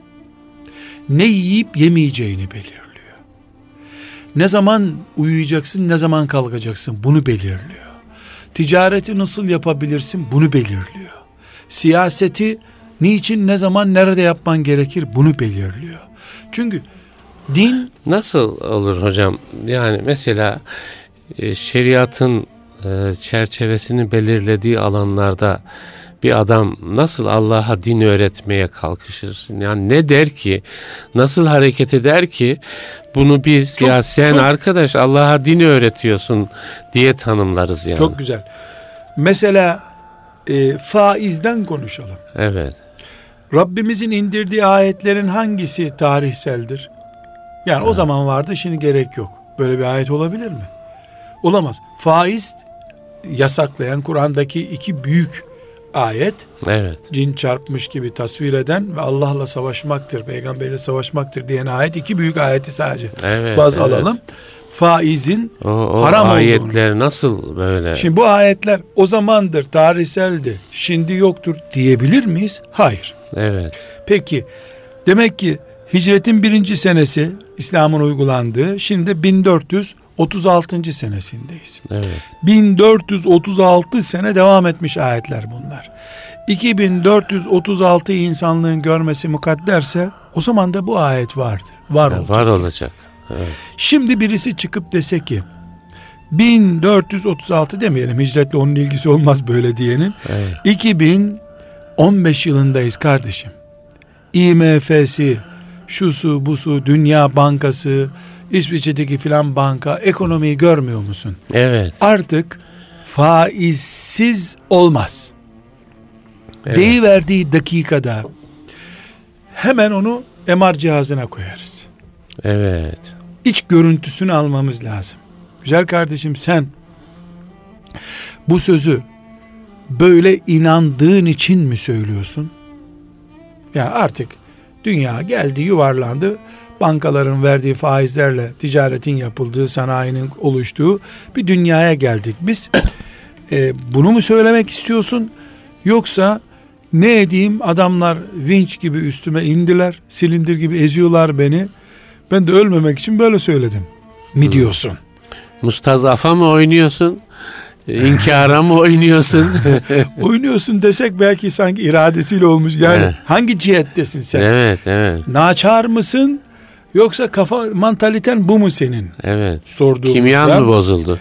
Ne yiyip yemeyeceğini belirliyor. Ne zaman uyuyacaksın, ne zaman kalkacaksın bunu belirliyor. Ticareti nasıl yapabilirsin bunu belirliyor. Siyaseti niçin, ne zaman, nerede yapman gerekir bunu belirliyor. Çünkü din... Nasıl olur hocam? Yani mesela e, şeriatın e, çerçevesini belirlediği alanlarda bir adam nasıl Allah'a din öğretmeye kalkışır? Yani ne der ki? Nasıl hareket eder ki? Bunu biz çok, ya sen çok, arkadaş Allah'a din öğretiyorsun diye tanımlarız yani. Çok güzel. Mesela e, faizden konuşalım. Evet. Rabbimizin indirdiği ayetlerin hangisi tarihseldir? Yani evet. O zaman vardı, şimdi gerek yok. Böyle bir ayet olabilir mi? Olamaz. Faiz yasaklayan Kur'an'daki iki büyük ayet, evet. Cin çarpmış gibi tasvir eden ve Allah'la savaşmaktır, peygamberiyle savaşmaktır diyen ayet, iki büyük ayeti sadece evet, baz evet. alalım. Faizin o, o haram olduğunu. Ayetler nasıl böyle? Şimdi bu ayetler o zamandır, tarihseldi, şimdi yoktur diyebilir miyiz? Hayır. Evet. Peki, demek ki hicretin birinci senesi İslam'ın uygulandığı, şimdi bin dört yüz otuz altıncı senesindeyiz. Evet. bin dört yüz otuz altı sene devam etmiş ayetler bunlar. iki bin dört yüz otuz altı insanlığın görmesi mukadderse o zaman da bu ayet vardır. Var, ya, var olacak. Evet. Şimdi birisi çıkıp dese ki bin dört yüz otuz altı demeyelim, hicretle onun ilgisi olmaz böyle diyenin. Evet. iki bin on beş yılındayız kardeşim. I M F'si, şusu busu, Dünya Bankası, İsviçre'deki filan banka, ekonomiyi görmüyor musun? Evet. Artık faizsiz olmaz. Evet. Deyiverdiği dakikada hemen onu M R cihazına koyarız. Evet. İç görüntüsünü almamız lazım. Güzel kardeşim, sen bu sözü böyle inandığın için mi söylüyorsun? Ya artık dünya geldi, yuvarlandı. Bankaların verdiği faizlerle ticaretin yapıldığı, sanayinin oluştuğu bir dünyaya geldik biz. Ee, bunu mu söylemek istiyorsun? Yoksa ne edeyim, adamlar vinç gibi üstüme indiler, silindir gibi eziyorlar beni, ben de ölmemek için böyle söyledim mi diyorsun? Mustazafa mı oynuyorsun? İnkara mı oynuyorsun? Oynuyorsun desek belki sanki iradesiyle olmuş. Yani evet. Hangi cihettesin sen? Evet, evet. Naçar mısın? Yoksa kafa mantaliten bu mu senin? Evet. Sorduğumuzda. Kimyan mı bozuldu?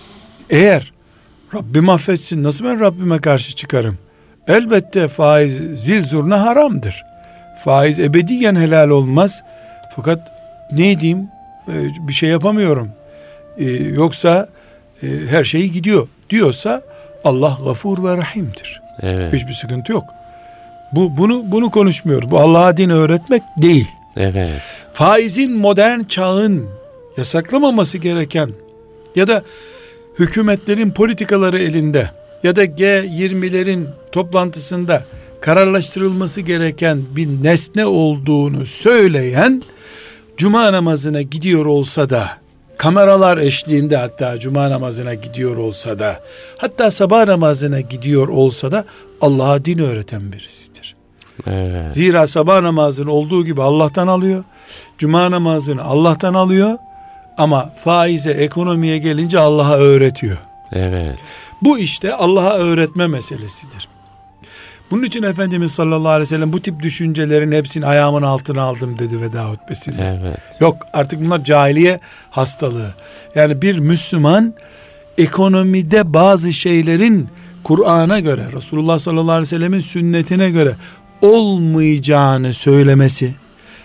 Eğer Rabbim affetsin, nasıl ben Rabbime karşı çıkarım? Elbette faiz zil zurna haramdır. Faiz ebediyen helal olmaz. Fakat ne diyeyim? Ee, bir şey yapamıyorum. Ee, yoksa e, her şey gidiyor diyorsa Allah gafur ve rahimdir. Evet. Hiçbir sıkıntı yok. Bu bunu bunu konuşmuyoruz. Bu Allah'a din öğretmek değil. Evet. Faizin modern çağın yasaklamaması gereken ya da hükümetlerin politikaları elinde ya da G yirmilerin toplantısında kararlaştırılması gereken bir nesne olduğunu söyleyen cuma namazına gidiyor olsa da, kameralar eşliğinde hatta cuma namazına gidiyor olsa da, hatta sabah namazına gidiyor olsa da Allah'a din öğreten birisidir. Evet. Zira sabah namazını olduğu gibi Allah'tan alıyor, cuma namazını Allah'tan alıyor ama faize, ekonomiye gelince Allah'a öğretiyor. Evet. Bu işte Allah'a öğretme meselesidir. Bunun için Efendimiz sallallahu aleyhi ve sellem bu tip düşüncelerin hepsini ayağımın altına aldım dedi veda hutbesinde. Evet. Yok, artık bunlar cahiliye hastalığı. Yani bir Müslüman ekonomide bazı şeylerin Kur'an'a göre, Resulullah sallallahu aleyhi ve sellemin sünnetine göre olmayacağını söylemesi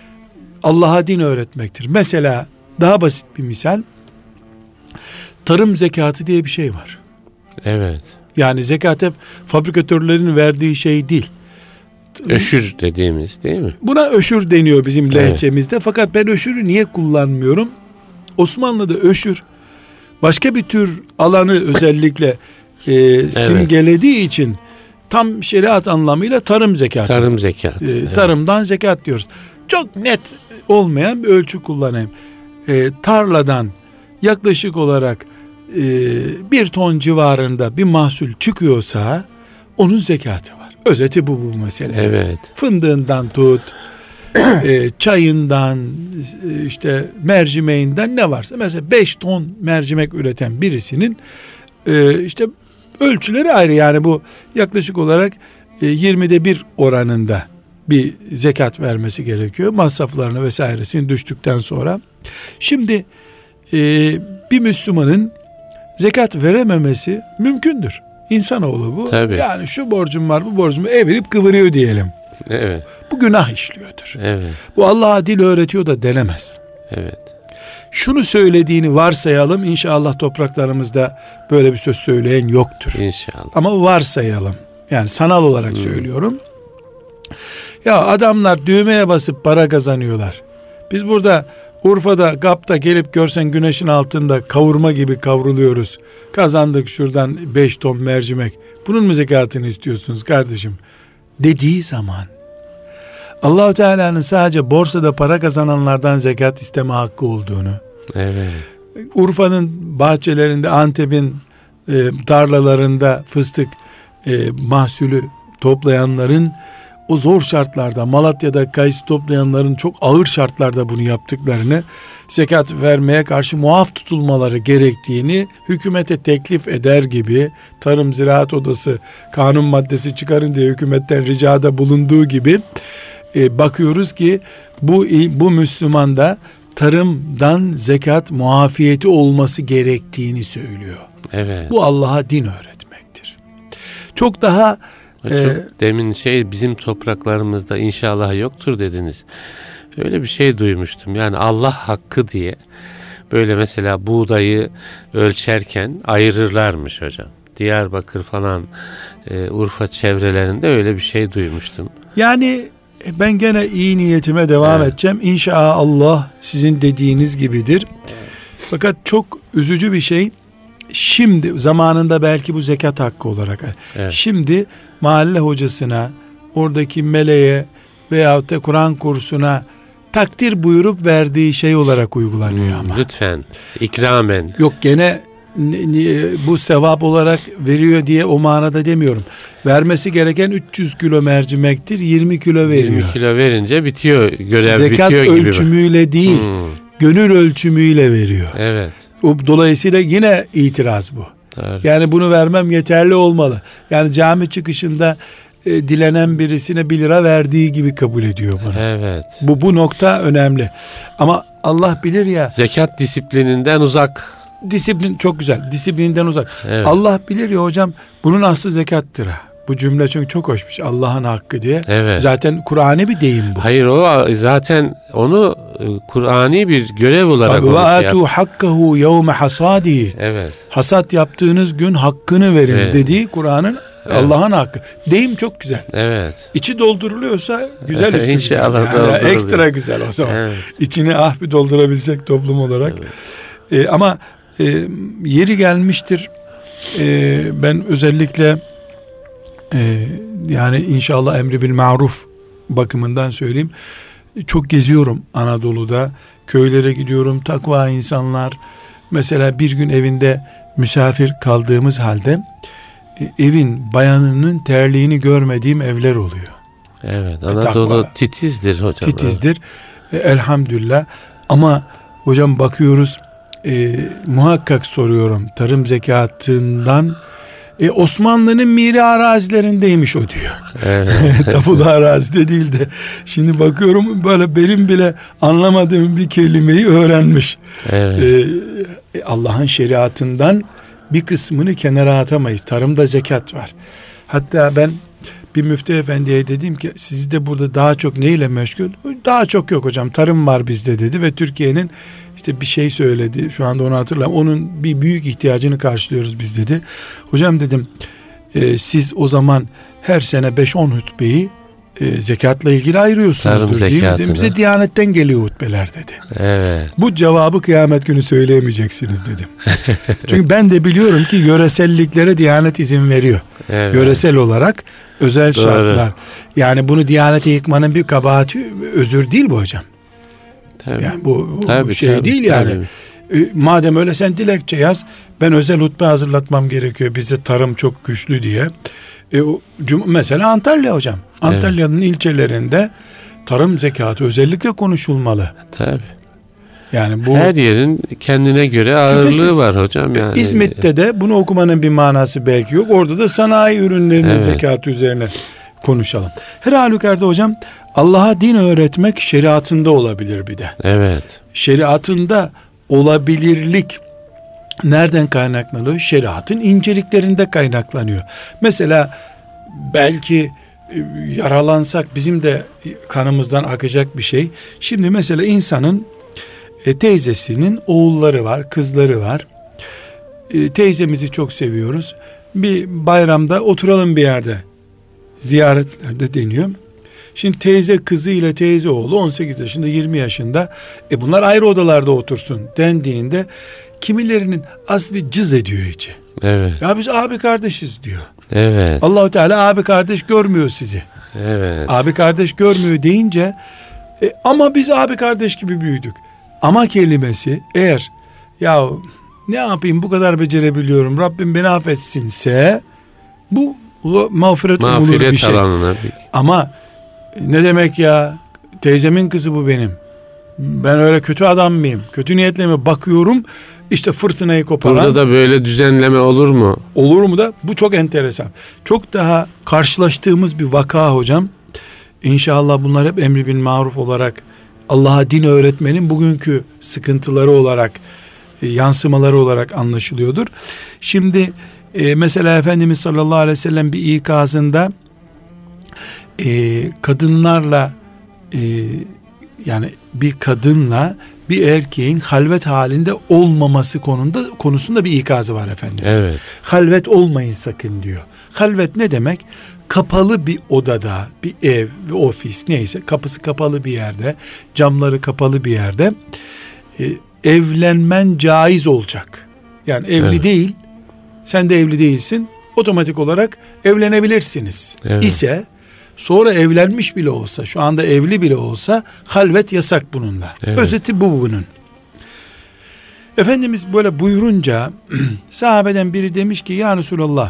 Allah'a din öğretmektir. Mesela daha basit bir misal, tarım zekatı diye bir şey var. Evet. Yani zekat hep fabrikatörlerin verdiği şey değil. Öşür dediğimiz değil mi? Buna öşür deniyor bizim lehçemizde. Evet. Fakat ben öşürü niye kullanmıyorum? Osmanlı'da öşür başka bir tür alanı özellikle e, simgelediği evet. için tam şeriat anlamıyla tarım zekatı. Tarım zekatı. E, evet. Tarımdan zekat diyoruz. Çok net olmayan bir ölçü kullanayım. E, tarladan yaklaşık olarak e, bir ton civarında bir mahsul çıkıyorsa onun zekatı var. Özeti bu bu mesele. Evet. Fındığından tut, e, çayından, e, işte mercimeğinden ne varsa. Mesela beş ton mercimek üreten birisinin e, işte ölçüleri ayrı. Yani bu yaklaşık olarak e, yirmide bir oranında bir zekat vermesi gerekiyor. Masraflarını vesairesini düştükten sonra. Şimdi e, bir Müslümanın zekat verememesi mümkündür. İnsanoğlu bu. Tabii. Yani şu borcum var, bu borcumu evirip kıvırıyor diyelim. Evet. Bu günah işliyordur. Evet. Bu Allah'a dil öğretiyor da denemez. Evet. Şunu söylediğini varsayalım. İnşallah topraklarımızda böyle bir söz söyleyen yoktur. İnşallah. Ama varsayalım. Yani sanal olarak hmm. söylüyorum. Ya adamlar düğmeye basıp para kazanıyorlar. Biz burada Urfa'da, Gap'ta gelip görsen güneşin altında kavurma gibi kavruluyoruz. Kazandık şuradan beş ton mercimek. Bunun mu zekatını istiyorsunuz kardeşim? Dediği zaman Allah-u Teala'nın sadece borsada para kazananlardan zekat isteme hakkı olduğunu, evet. Urfa'nın bahçelerinde, Antep'in e, tarlalarında fıstık e, mahsulü toplayanların o zor şartlarda, Malatya'da kayısı toplayanların çok ağır şartlarda bunu yaptıklarını, zekat vermeye karşı muaf tutulmaları gerektiğini hükümete teklif eder gibi, Tarım Ziraat Odası kanun maddesi çıkarın diye hükümetten ricada bulunduğu gibi e, bakıyoruz ki bu bu Müslüman da tarımdan zekat muafiyeti olması gerektiğini söylüyor. Evet. Bu Allah'a din öğretmektir. Çok daha Çok, ee, demin şey bizim topraklarımızda inşallah yoktur dediniz. Öyle bir şey duymuştum. Yani Allah hakkı diye böyle mesela buğdayı ölçerken ayırırlarmış hocam. Diyarbakır falan, e, Urfa çevrelerinde öyle bir şey duymuştum. Yani ben gene iyi niyetime devam evet. edeceğim. İnşallah sizin dediğiniz gibidir. Evet. Fakat çok üzücü bir şey. Şimdi zamanında belki bu zekat hakkı olarak. Evet. Şimdi mahalle hocasına, oradaki meleğe veyahut da Kur'an kursuna takdir buyurup verdiği şey olarak uygulanıyor hmm, ama. Lütfen ikramen. Yok gene bu sevap olarak veriyor diye o manada demiyorum. Vermesi gereken üç yüz kilo mercimektir, yirmi kilo veriyor. yirmi kilo verince bitiyor, görev zekat bitiyor gibi. Zekat ölçümüyle değil, hmm. gönül ölçümüyle veriyor. Evet. Dolayısıyla yine itiraz bu. Doğru. Yani bunu vermem yeterli olmalı. Yani cami çıkışında e, dilenen birisine bir lira verdiği gibi kabul ediyor bunu. Evet. Bu bu nokta önemli. Ama Allah bilir ya. Zekat disiplininden uzak. Disiplin çok güzel. Disiplinden uzak. Evet. Allah bilir ya hocam, bunun aslı zekattır. Bu cümle çünkü çok hoşmuş. Allah'ın hakkı diye. Evet. Zaten Kur'an'ı bir deyim bu. Hayır, o zaten onu Kur'ani bir görev olarak ve atu hakkahu yevme hasadi. Evet. Hasat yaptığınız gün hakkını verin evet. dediği Kur'an'ın evet. Allah'ın hakkı. Deyim çok güzel. Evet. İçi dolduruluyorsa güzel üstü İnşallah güzel. Yani ekstra güzel o zaman. Evet. İçini ah bir doldurabilsek toplum olarak. Evet. Ee, ama e, yeri gelmiştir. E, ben özellikle Ee, yani inşallah emri bil maruf bakımından söyleyeyim. Çok geziyorum Anadolu'da. Köylere gidiyorum. Takva insanlar. Mesela bir gün evinde misafir kaldığımız halde e, evin bayanının terliğini görmediğim evler oluyor. Evet. Anadolu e, titizdir hocam. Titizdir. E, elhamdülillah. Ama hocam bakıyoruz e, muhakkak soruyorum. Tarım zekatından E, Osmanlı'nın miri arazilerindeymiş o diyor. Evet. Tapulu arazide değil de. Şimdi bakıyorum böyle benim bile anlamadığım bir kelimeyi öğrenmiş. Evet. E, Allah'ın şeriatından bir kısmını kenara atamayız. Tarımda zekat var. Hatta ben bir müftü efendiye dedim ki sizi de burada daha çok neyle meşgul? Daha çok yok hocam, tarım var bizde dedi ve Türkiye'nin işte bir şey söyledi. Şu anda onu hatırlamıyorum. Onun bir büyük ihtiyacını karşılıyoruz biz dedi. Hocam dedim e, siz o zaman her sene beş on hutbeyi e, zekatla ilgili ayırıyorsunuzdur değil mi? Dedim, bize Diyanet'ten geliyor hutbeler dedi. Evet. Bu cevabı kıyamet günü söyleyemeyeceksiniz dedim. Çünkü ben de biliyorum ki yöreselliklere Diyanet izin veriyor. Evet. Yöresel olarak özel Doğru. şartlar. Yani bunu Diyanet'e yıkmanın bir kabahati, özür değil bu hocam. Tabii. Yani bu, bu tabii, şey tabii, değil yani. Tabii. E, madem öyle sen dilekçe yaz. Ben özel hutbe hazırlatmam gerekiyor. Bizde tarım çok güçlü diye. E, o, mesela Antalya hocam. Antalya'nın evet. ilçelerinde tarım zekatı özellikle konuşulmalı. Tabii. Yani bu her yerin kendine göre ağırlığı şüphesiz, var hocam yani. İzmit'te de bunu okumanın bir manası belki yok. Orada da sanayi ürünlerinin evet. zekatı üzerine konuşalım. Her halükarda hocam Allah'a din öğretmek şeriatında olabilir bir de. Evet. Şeriatında olabilirlik nereden kaynaklanıyor? Şeriatın inceliklerinde kaynaklanıyor. Mesela belki yaralansak bizim de kanımızdan akacak bir şey. Şimdi mesela insanın e, teyzesinin oğulları var, kızları var. E, teyzemizi çok seviyoruz. Bir bayramda oturalım bir yerde. Ziyaretlerde deniyor. Şimdi teyze kızı ile teyze oğlu on sekiz yaşında, yirmi yaşında. E bunlar ayrı odalarda otursun dendiğinde kimilerinin az bir cız ediyor içi. Evet. Ya biz abi kardeşiz diyor. Evet. Allah-u Teala abi kardeş görmüyor sizi. Evet. Abi kardeş görmüyor deyince e, ama biz abi kardeş gibi büyüdük. Ama kelimesi eğer ya ne yapayım bu kadar becerebiliyorum Rabbim beni affetsinse bu mağfiret, mağfiret umulur bir şey. Alanına. Ama ne demek ya teyzemin kızı bu benim. Ben öyle kötü adam mıyım? Kötü niyetle mi bakıyorum? İşte fırtınayı koparan. Burada da böyle düzenleme olur mu? Olur mu da? Bu çok enteresan. Çok daha karşılaştığımız bir vaka hocam. İnşallah bunlar hep emri bil maruf olarak Allah'a din öğretmenin bugünkü sıkıntıları olarak e, yansımaları olarak anlaşılıyordur. Şimdi e, mesela Efendimiz sallallahu aleyhi ve sellem bir ikazında e, kadınlarla e, yani bir kadınla bir erkeğin halvet halinde olmaması konusunda konusunda bir ikazı var Efendimiz. Evet. Halvet olmayın sakın diyor. Halvet ne demek? Kapalı bir odada, bir ev ve ofis neyse, kapısı kapalı bir yerde, camları kapalı bir yerde e, evlenmen caiz olacak. Yani evli evet. değil, sen de evli değilsin, otomatik olarak evlenebilirsiniz. Evet. İse sonra evlenmiş bile olsa, şu anda evli bile olsa halvet yasak bununla. Evet. Özeti bu bunun. Efendimiz böyle buyurunca sahabeden biri demiş ki ya Resulallah,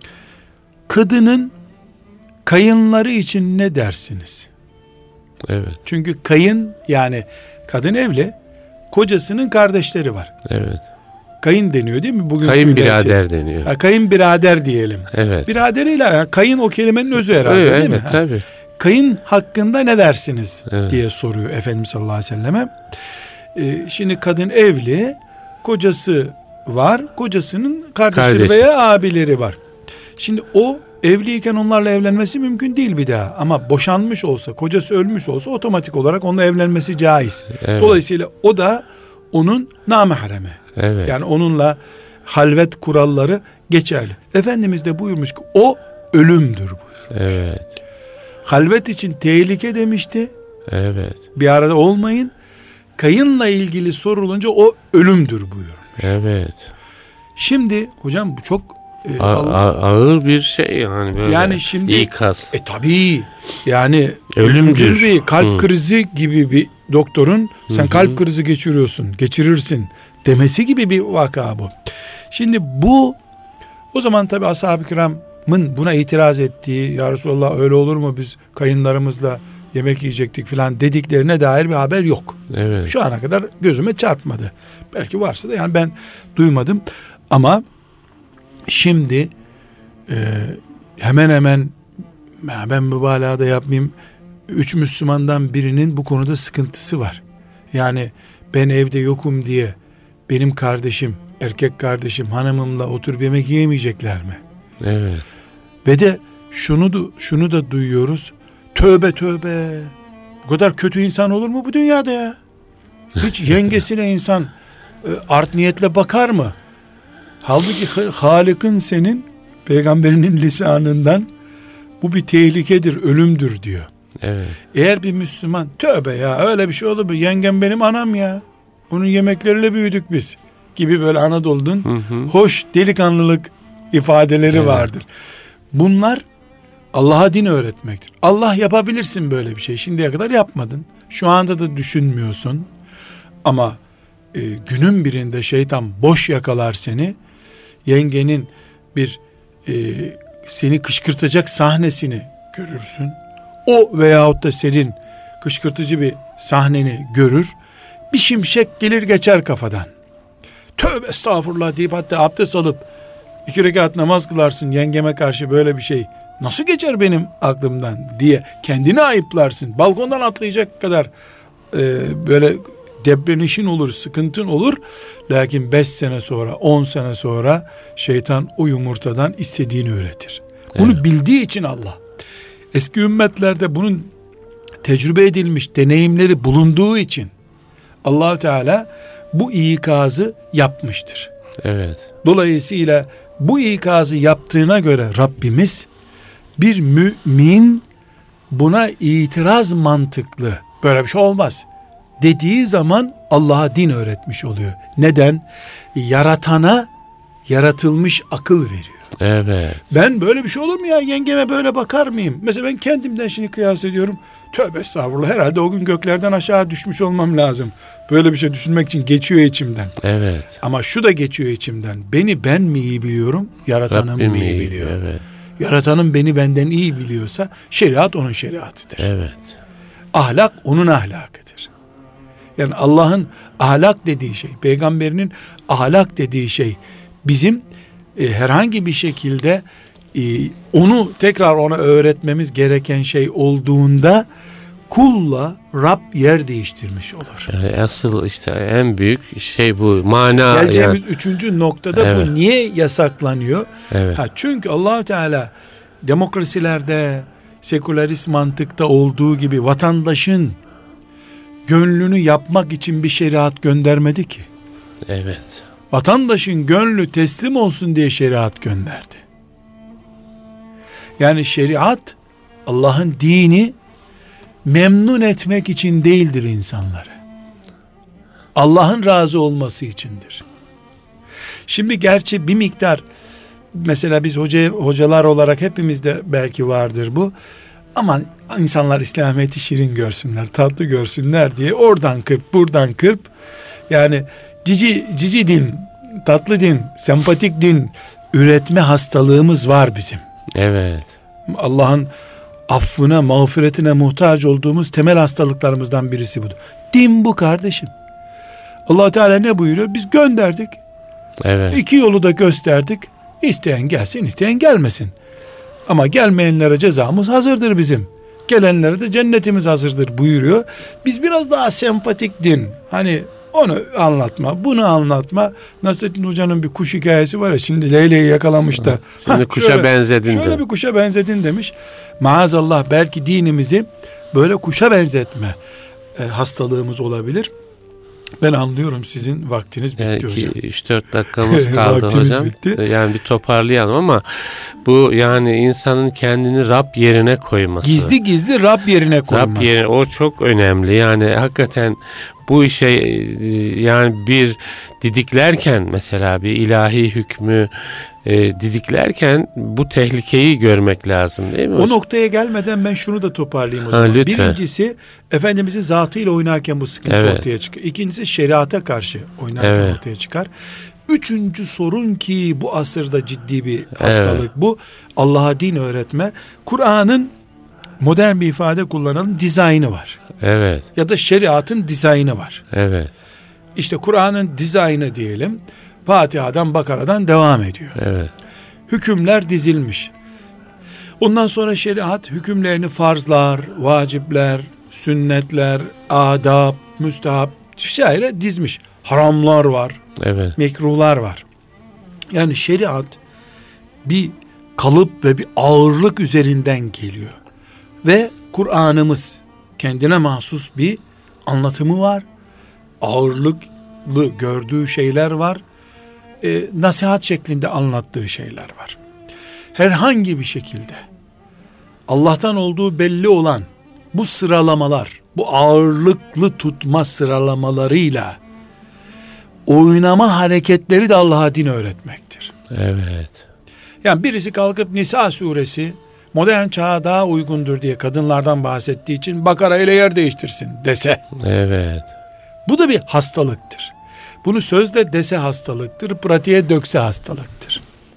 kadının kayınları için ne dersiniz? Evet. Çünkü kayın, yani kadın evli, kocasının kardeşleri var. Evet. Kayın deniyor değil mi? Bugün kayınbirader deniyor. Ha, kayınbirader diyelim. Evet. Biraderiyle yani kayın o kelimenin özü herhalde evet, değil evet, mi? Tabii. Kayın hakkında ne dersiniz evet. diye soruyor Efendimiz sallallahu aleyhi ve selleme. Ee, şimdi kadın evli, kocası var, kocasının kardeşleri Kardeşi. veya abileri var. Şimdi o evliyken onlarla evlenmesi mümkün değil bir daha. Ama boşanmış olsa, kocası ölmüş olsa otomatik olarak onunla evlenmesi caiz. Evet. Dolayısıyla o da onun namahremi. Evet. Yani onunla halvet kuralları geçerli. Efendimiz de buyurmuş ki o ölümdür buyurmuş. Evet. Halvet için tehlike demişti. Evet. Bir arada olmayın. Kayınla ilgili sorulunca o ölümdür buyurmuş. Evet. Şimdi hocam bu çok e, A- Allah, ağır bir şey yani böyle. Yani şimdi ikaz. E tabii. Yani ölümdür. Bir kalp Hı. krizi gibi bir doktorun sen Hı-hı. kalp krizi geçiriyorsun, geçirirsin demesi gibi bir vaka bu. Şimdi bu o zaman tabii ashab-ı kiramın buna itiraz ettiği, ya Resulallah öyle olur mu, biz kayınlarımızla yemek yiyecektik filan dediklerine dair bir haber yok. Evet. Şu ana kadar gözüme çarpmadı. Belki varsa da yani ben duymadım. Ama şimdi e, hemen hemen ben mübalağa da yapmayayım, üç Müslümandan birinin bu konuda sıkıntısı var. Yani ben evde yokum diye benim kardeşim, erkek kardeşim hanımımla oturup yemek yiyemeyecekler mi? Evet. Ve de şunu da, şunu da duyuyoruz. Tövbe tövbe. Bu kadar kötü insan olur mu bu dünyada ya? Hiç yengesine insan e, art niyetle bakar mı? Halbuki Halık'ın senin peygamberinin lisanından bu bir tehlikedir, ölümdür diyor. Evet. Eğer bir Müslüman tövbe ya öyle bir şey olur mu? Yengem benim anam ya. Onun yemekleriyle büyüdük biz gibi böyle Anadolu'nun hı hı. hoş delikanlılık ifadeleri evet. vardır. Bunlar Allah'a din öğretmektir. Allah yapabilirsin böyle bir şey. Şimdiye kadar yapmadın. Şu anda da düşünmüyorsun. Ama e, günün birinde şeytan boş yakalar seni. Yengenin bir e, seni kışkırtacak sahnesini görürsün. O veyahut da senin kışkırtıcı bir sahneni görür. Bir şimşek gelir geçer kafadan. Tövbe estağfurullah deyip hatta abdest alıp iki rekat namaz kılarsın, yengeme karşı böyle bir şey nasıl geçer benim aklımdan diye kendini ayıplarsın. Balkondan atlayacak kadar e, böyle deprenişin olur, sıkıntın olur. Lakin beş sene sonra, on sene sonra şeytan o yumurtadan istediğini üretir. Bunu evet. bildiği için Allah. Eski ümmetlerde bunun tecrübe edilmiş deneyimleri bulunduğu için Allah Teala bu ikazı yapmıştır. Evet. Dolayısıyla bu ikazı yaptığına göre Rabbimiz bir mümin buna itiraz mantıklı, böyle bir şey olmaz dediği zaman Allah'a din öğretmiş oluyor. Neden? Yaratana yaratılmış akıl veriyor. Evet. Ben böyle bir şey olur mu ya, yengeme böyle bakar mıyım? Mesela ben kendimden şimdi kıyas ediyorum. Tövbe estağfurullah, herhalde o gün göklerden aşağı düşmüş olmam lazım. Böyle bir şey düşünmek için geçiyor içimden. Evet. Ama şu da geçiyor içimden. Beni ben mi iyi biliyorum? Yaratanım Rabbim mı iyi iyi biliyor? Evet. Yaratanım beni benden iyi biliyorsa şeriat onun şeriatıdır. Evet. Ahlak onun ahlakıdır. Yani Allah'ın ahlak dediği şey, peygamberinin ahlak dediği şey bizim e, herhangi bir şekilde e, onu tekrar ona öğretmemiz gereken şey olduğunda kulla Rab yer değiştirmiş olur. Yani asıl işte en büyük şey bu. Mana. Geleceğimiz yani. üçüncü noktada evet. bu niye yasaklanıyor? Evet. Ha, çünkü Allah Teala demokrasilerde, sekülerist mantıkta olduğu gibi vatandaşın gönlünü yapmak için bir şeriat göndermedi ki. Evet. Vatandaşın gönlü teslim olsun diye şeriat gönderdi. Yani şeriat, Allah'ın dini memnun etmek için değildir insanları. Allah'ın razı olması içindir. Şimdi gerçi bir miktar, mesela biz hoca, hocalar olarak hepimizde belki vardır bu. Ama insanlar İslamiyet'i şirin görsünler, tatlı görsünler diye oradan kırp, buradan kırp. Yani cici, cici din, tatlı din, sempatik din üretme hastalığımız var bizim. Evet. Allah'ın affına, mağfiretine muhtaç olduğumuz temel hastalıklarımızdan birisi budur. Din bu kardeşim. Allah Teala ne buyuruyor? Biz gönderdik. Evet. İki yolu da gösterdik. İsteyen gelsin, isteyen gelmesin. Ama gelmeyenlere cezamız hazırdır bizim. Gelenlere de cennetimiz hazırdır buyuruyor. Biz biraz daha sempatik din. Hani onu anlatma, bunu anlatma. Nasrettin Hoca'nın bir kuş hikayesi var ya, şimdi leyleği yakalamış da. Şimdi ha, kuşa şöyle, benzedin Şöyle de. bir kuşa benzedin demiş. Maazallah belki dinimizi böyle kuşa benzetme e, hastalığımız olabilir. Ben anlıyorum, sizin vaktiniz bitti Yani hocam. üç dört dakikamız kaldı hocam. Bitti. Yani bir toparlayalım ama bu yani insanın kendini Rab yerine koyması. Gizli gizli Rab yerine koyması. Rab yerine, o çok önemli. Yani hakikaten bu işe yani bir didiklerken, mesela bir ilahi hükmü e, didiklerken bu tehlikeyi görmek lazım, değil mi hocam? O noktaya gelmeden ben şunu da toparlayayım o Ha, zaman. lütfen. Birincisi, Efendimizin zatıyla oynarken bu sıkıntı Evet. ortaya çıkıyor. İkincisi, şeriata karşı oynarken Evet. ortaya çıkar. Üçüncü sorun, ki bu asırda ciddi bir hastalık, Evet. bu Allah'a din öğretme. Kur'an'ın, modern bir ifade kullanalım, dizaynı var. Evet. Ya da şeriatın dizaynı var. Evet. İşte Kur'an'ın dizaynı diyelim, Fatiha'dan Bakara'dan devam ediyor. Evet. Hükümler dizilmiş. Ondan sonra şeriat hükümlerini farzlar, vacipler, sünnetler, adab, müstehap şöyle dizmiş. Haramlar var, Evet. mekruhlar var. Yani şeriat bir kalıp ve bir ağırlık üzerinden geliyor. Ve Kur'an'ımız kendine mahsus bir anlatımı var. Ağırlıklı gördüğü şeyler var. E, nasihat şeklinde anlattığı şeyler var. Herhangi bir şekilde Allah'tan olduğu belli olan bu sıralamalar, bu ağırlıklı tutma sıralamalarıyla oynama hareketleri de Allah'a din öğretmektir. Evet. Yani birisi kalkıp Nisa suresi modern çağa daha uygundur diye kadınlardan bahsettiği için Bakara ile yer değiştirsin dese, Evet. bu da bir hastalıktır. Bunu sözle dese hastalıktır, pratiğe dökse hastalıktır.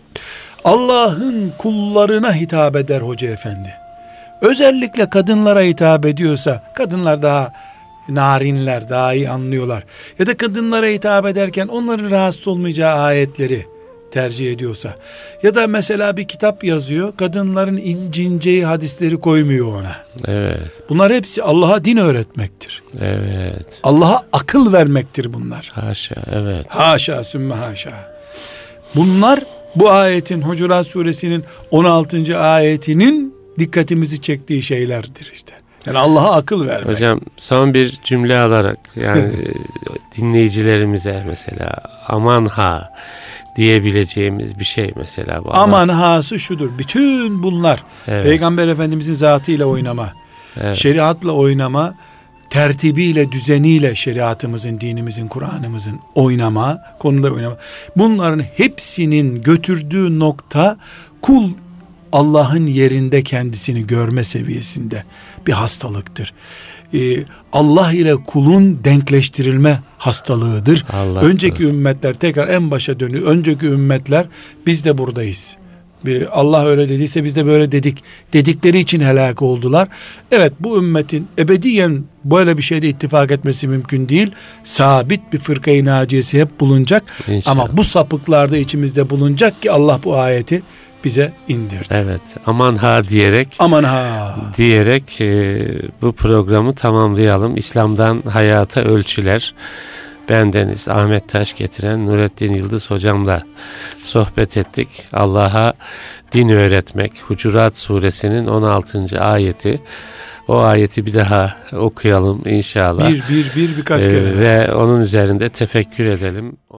Allah'ın kullarına hitap eder hoca efendi. Özellikle kadınlara hitap ediyorsa, kadınlar daha narinler, daha iyi anlıyorlar. Ya da kadınlara hitap ederken onların rahatsız olmayacağı ayetleri tercih ediyorsa, ya da mesela bir kitap yazıyor, kadınların incineceği hadisleri koymuyor ona. Evet. Bunlar hepsi Allah'a din öğretmektir. Evet. Allah'a akıl vermektir bunlar. Haşa. Evet. Haşa sümme haşa. Bunlar bu ayetin, Hucurat suresinin on altıncı ayetinin dikkatimizi çektiği şeylerdir işte. Yani Allah'a akıl vermek. Hocam son bir cümle alarak yani dinleyicilerimize mesela aman ha diyebileceğimiz bir şey mesela. Bu aman hası şudur. Bütün bunlar evet. Peygamber Efendimizin zatıyla oynama, evet. şeriatla oynama, tertibiyle, düzeniyle şeriatımızın, dinimizin, Kur'an'ımızın oynama, konuda oynama. Bunların hepsinin götürdüğü nokta kul Allah'ın yerinde kendisini görme seviyesinde bir hastalıktır. Ee, Allah ile kulun denkleştirilme hastalığıdır. Allah Önceki korusun. ümmetler, tekrar en başa dönüyor. Önceki ümmetler biz de buradayız. Allah öyle dediyse biz de böyle dedik dedikleri için helak oldular. Evet, bu ümmetin ebediyen böyle bir şeyde ittifak etmesi mümkün değil. Sabit bir fırkayı naciyesi hep bulunacak. İnşallah. Ama bu sapıklarda içimizde bulunacak ki Allah bu ayeti bize indirdi. Evet. Aman ha diyerek Aman ha diyerek e, bu programı tamamlayalım. İslam'dan hayata ölçüler. Bendeniz Ahmet Taş getiren Nurettin Yıldız hocamla sohbet ettik. Allah'a din öğretmek. Hucurat suresinin on altıncı ayeti. o ayeti bir daha okuyalım inşallah. Bir, bir, bir birkaç Ee, kere. Ve onun üzerinde tefekkür edelim.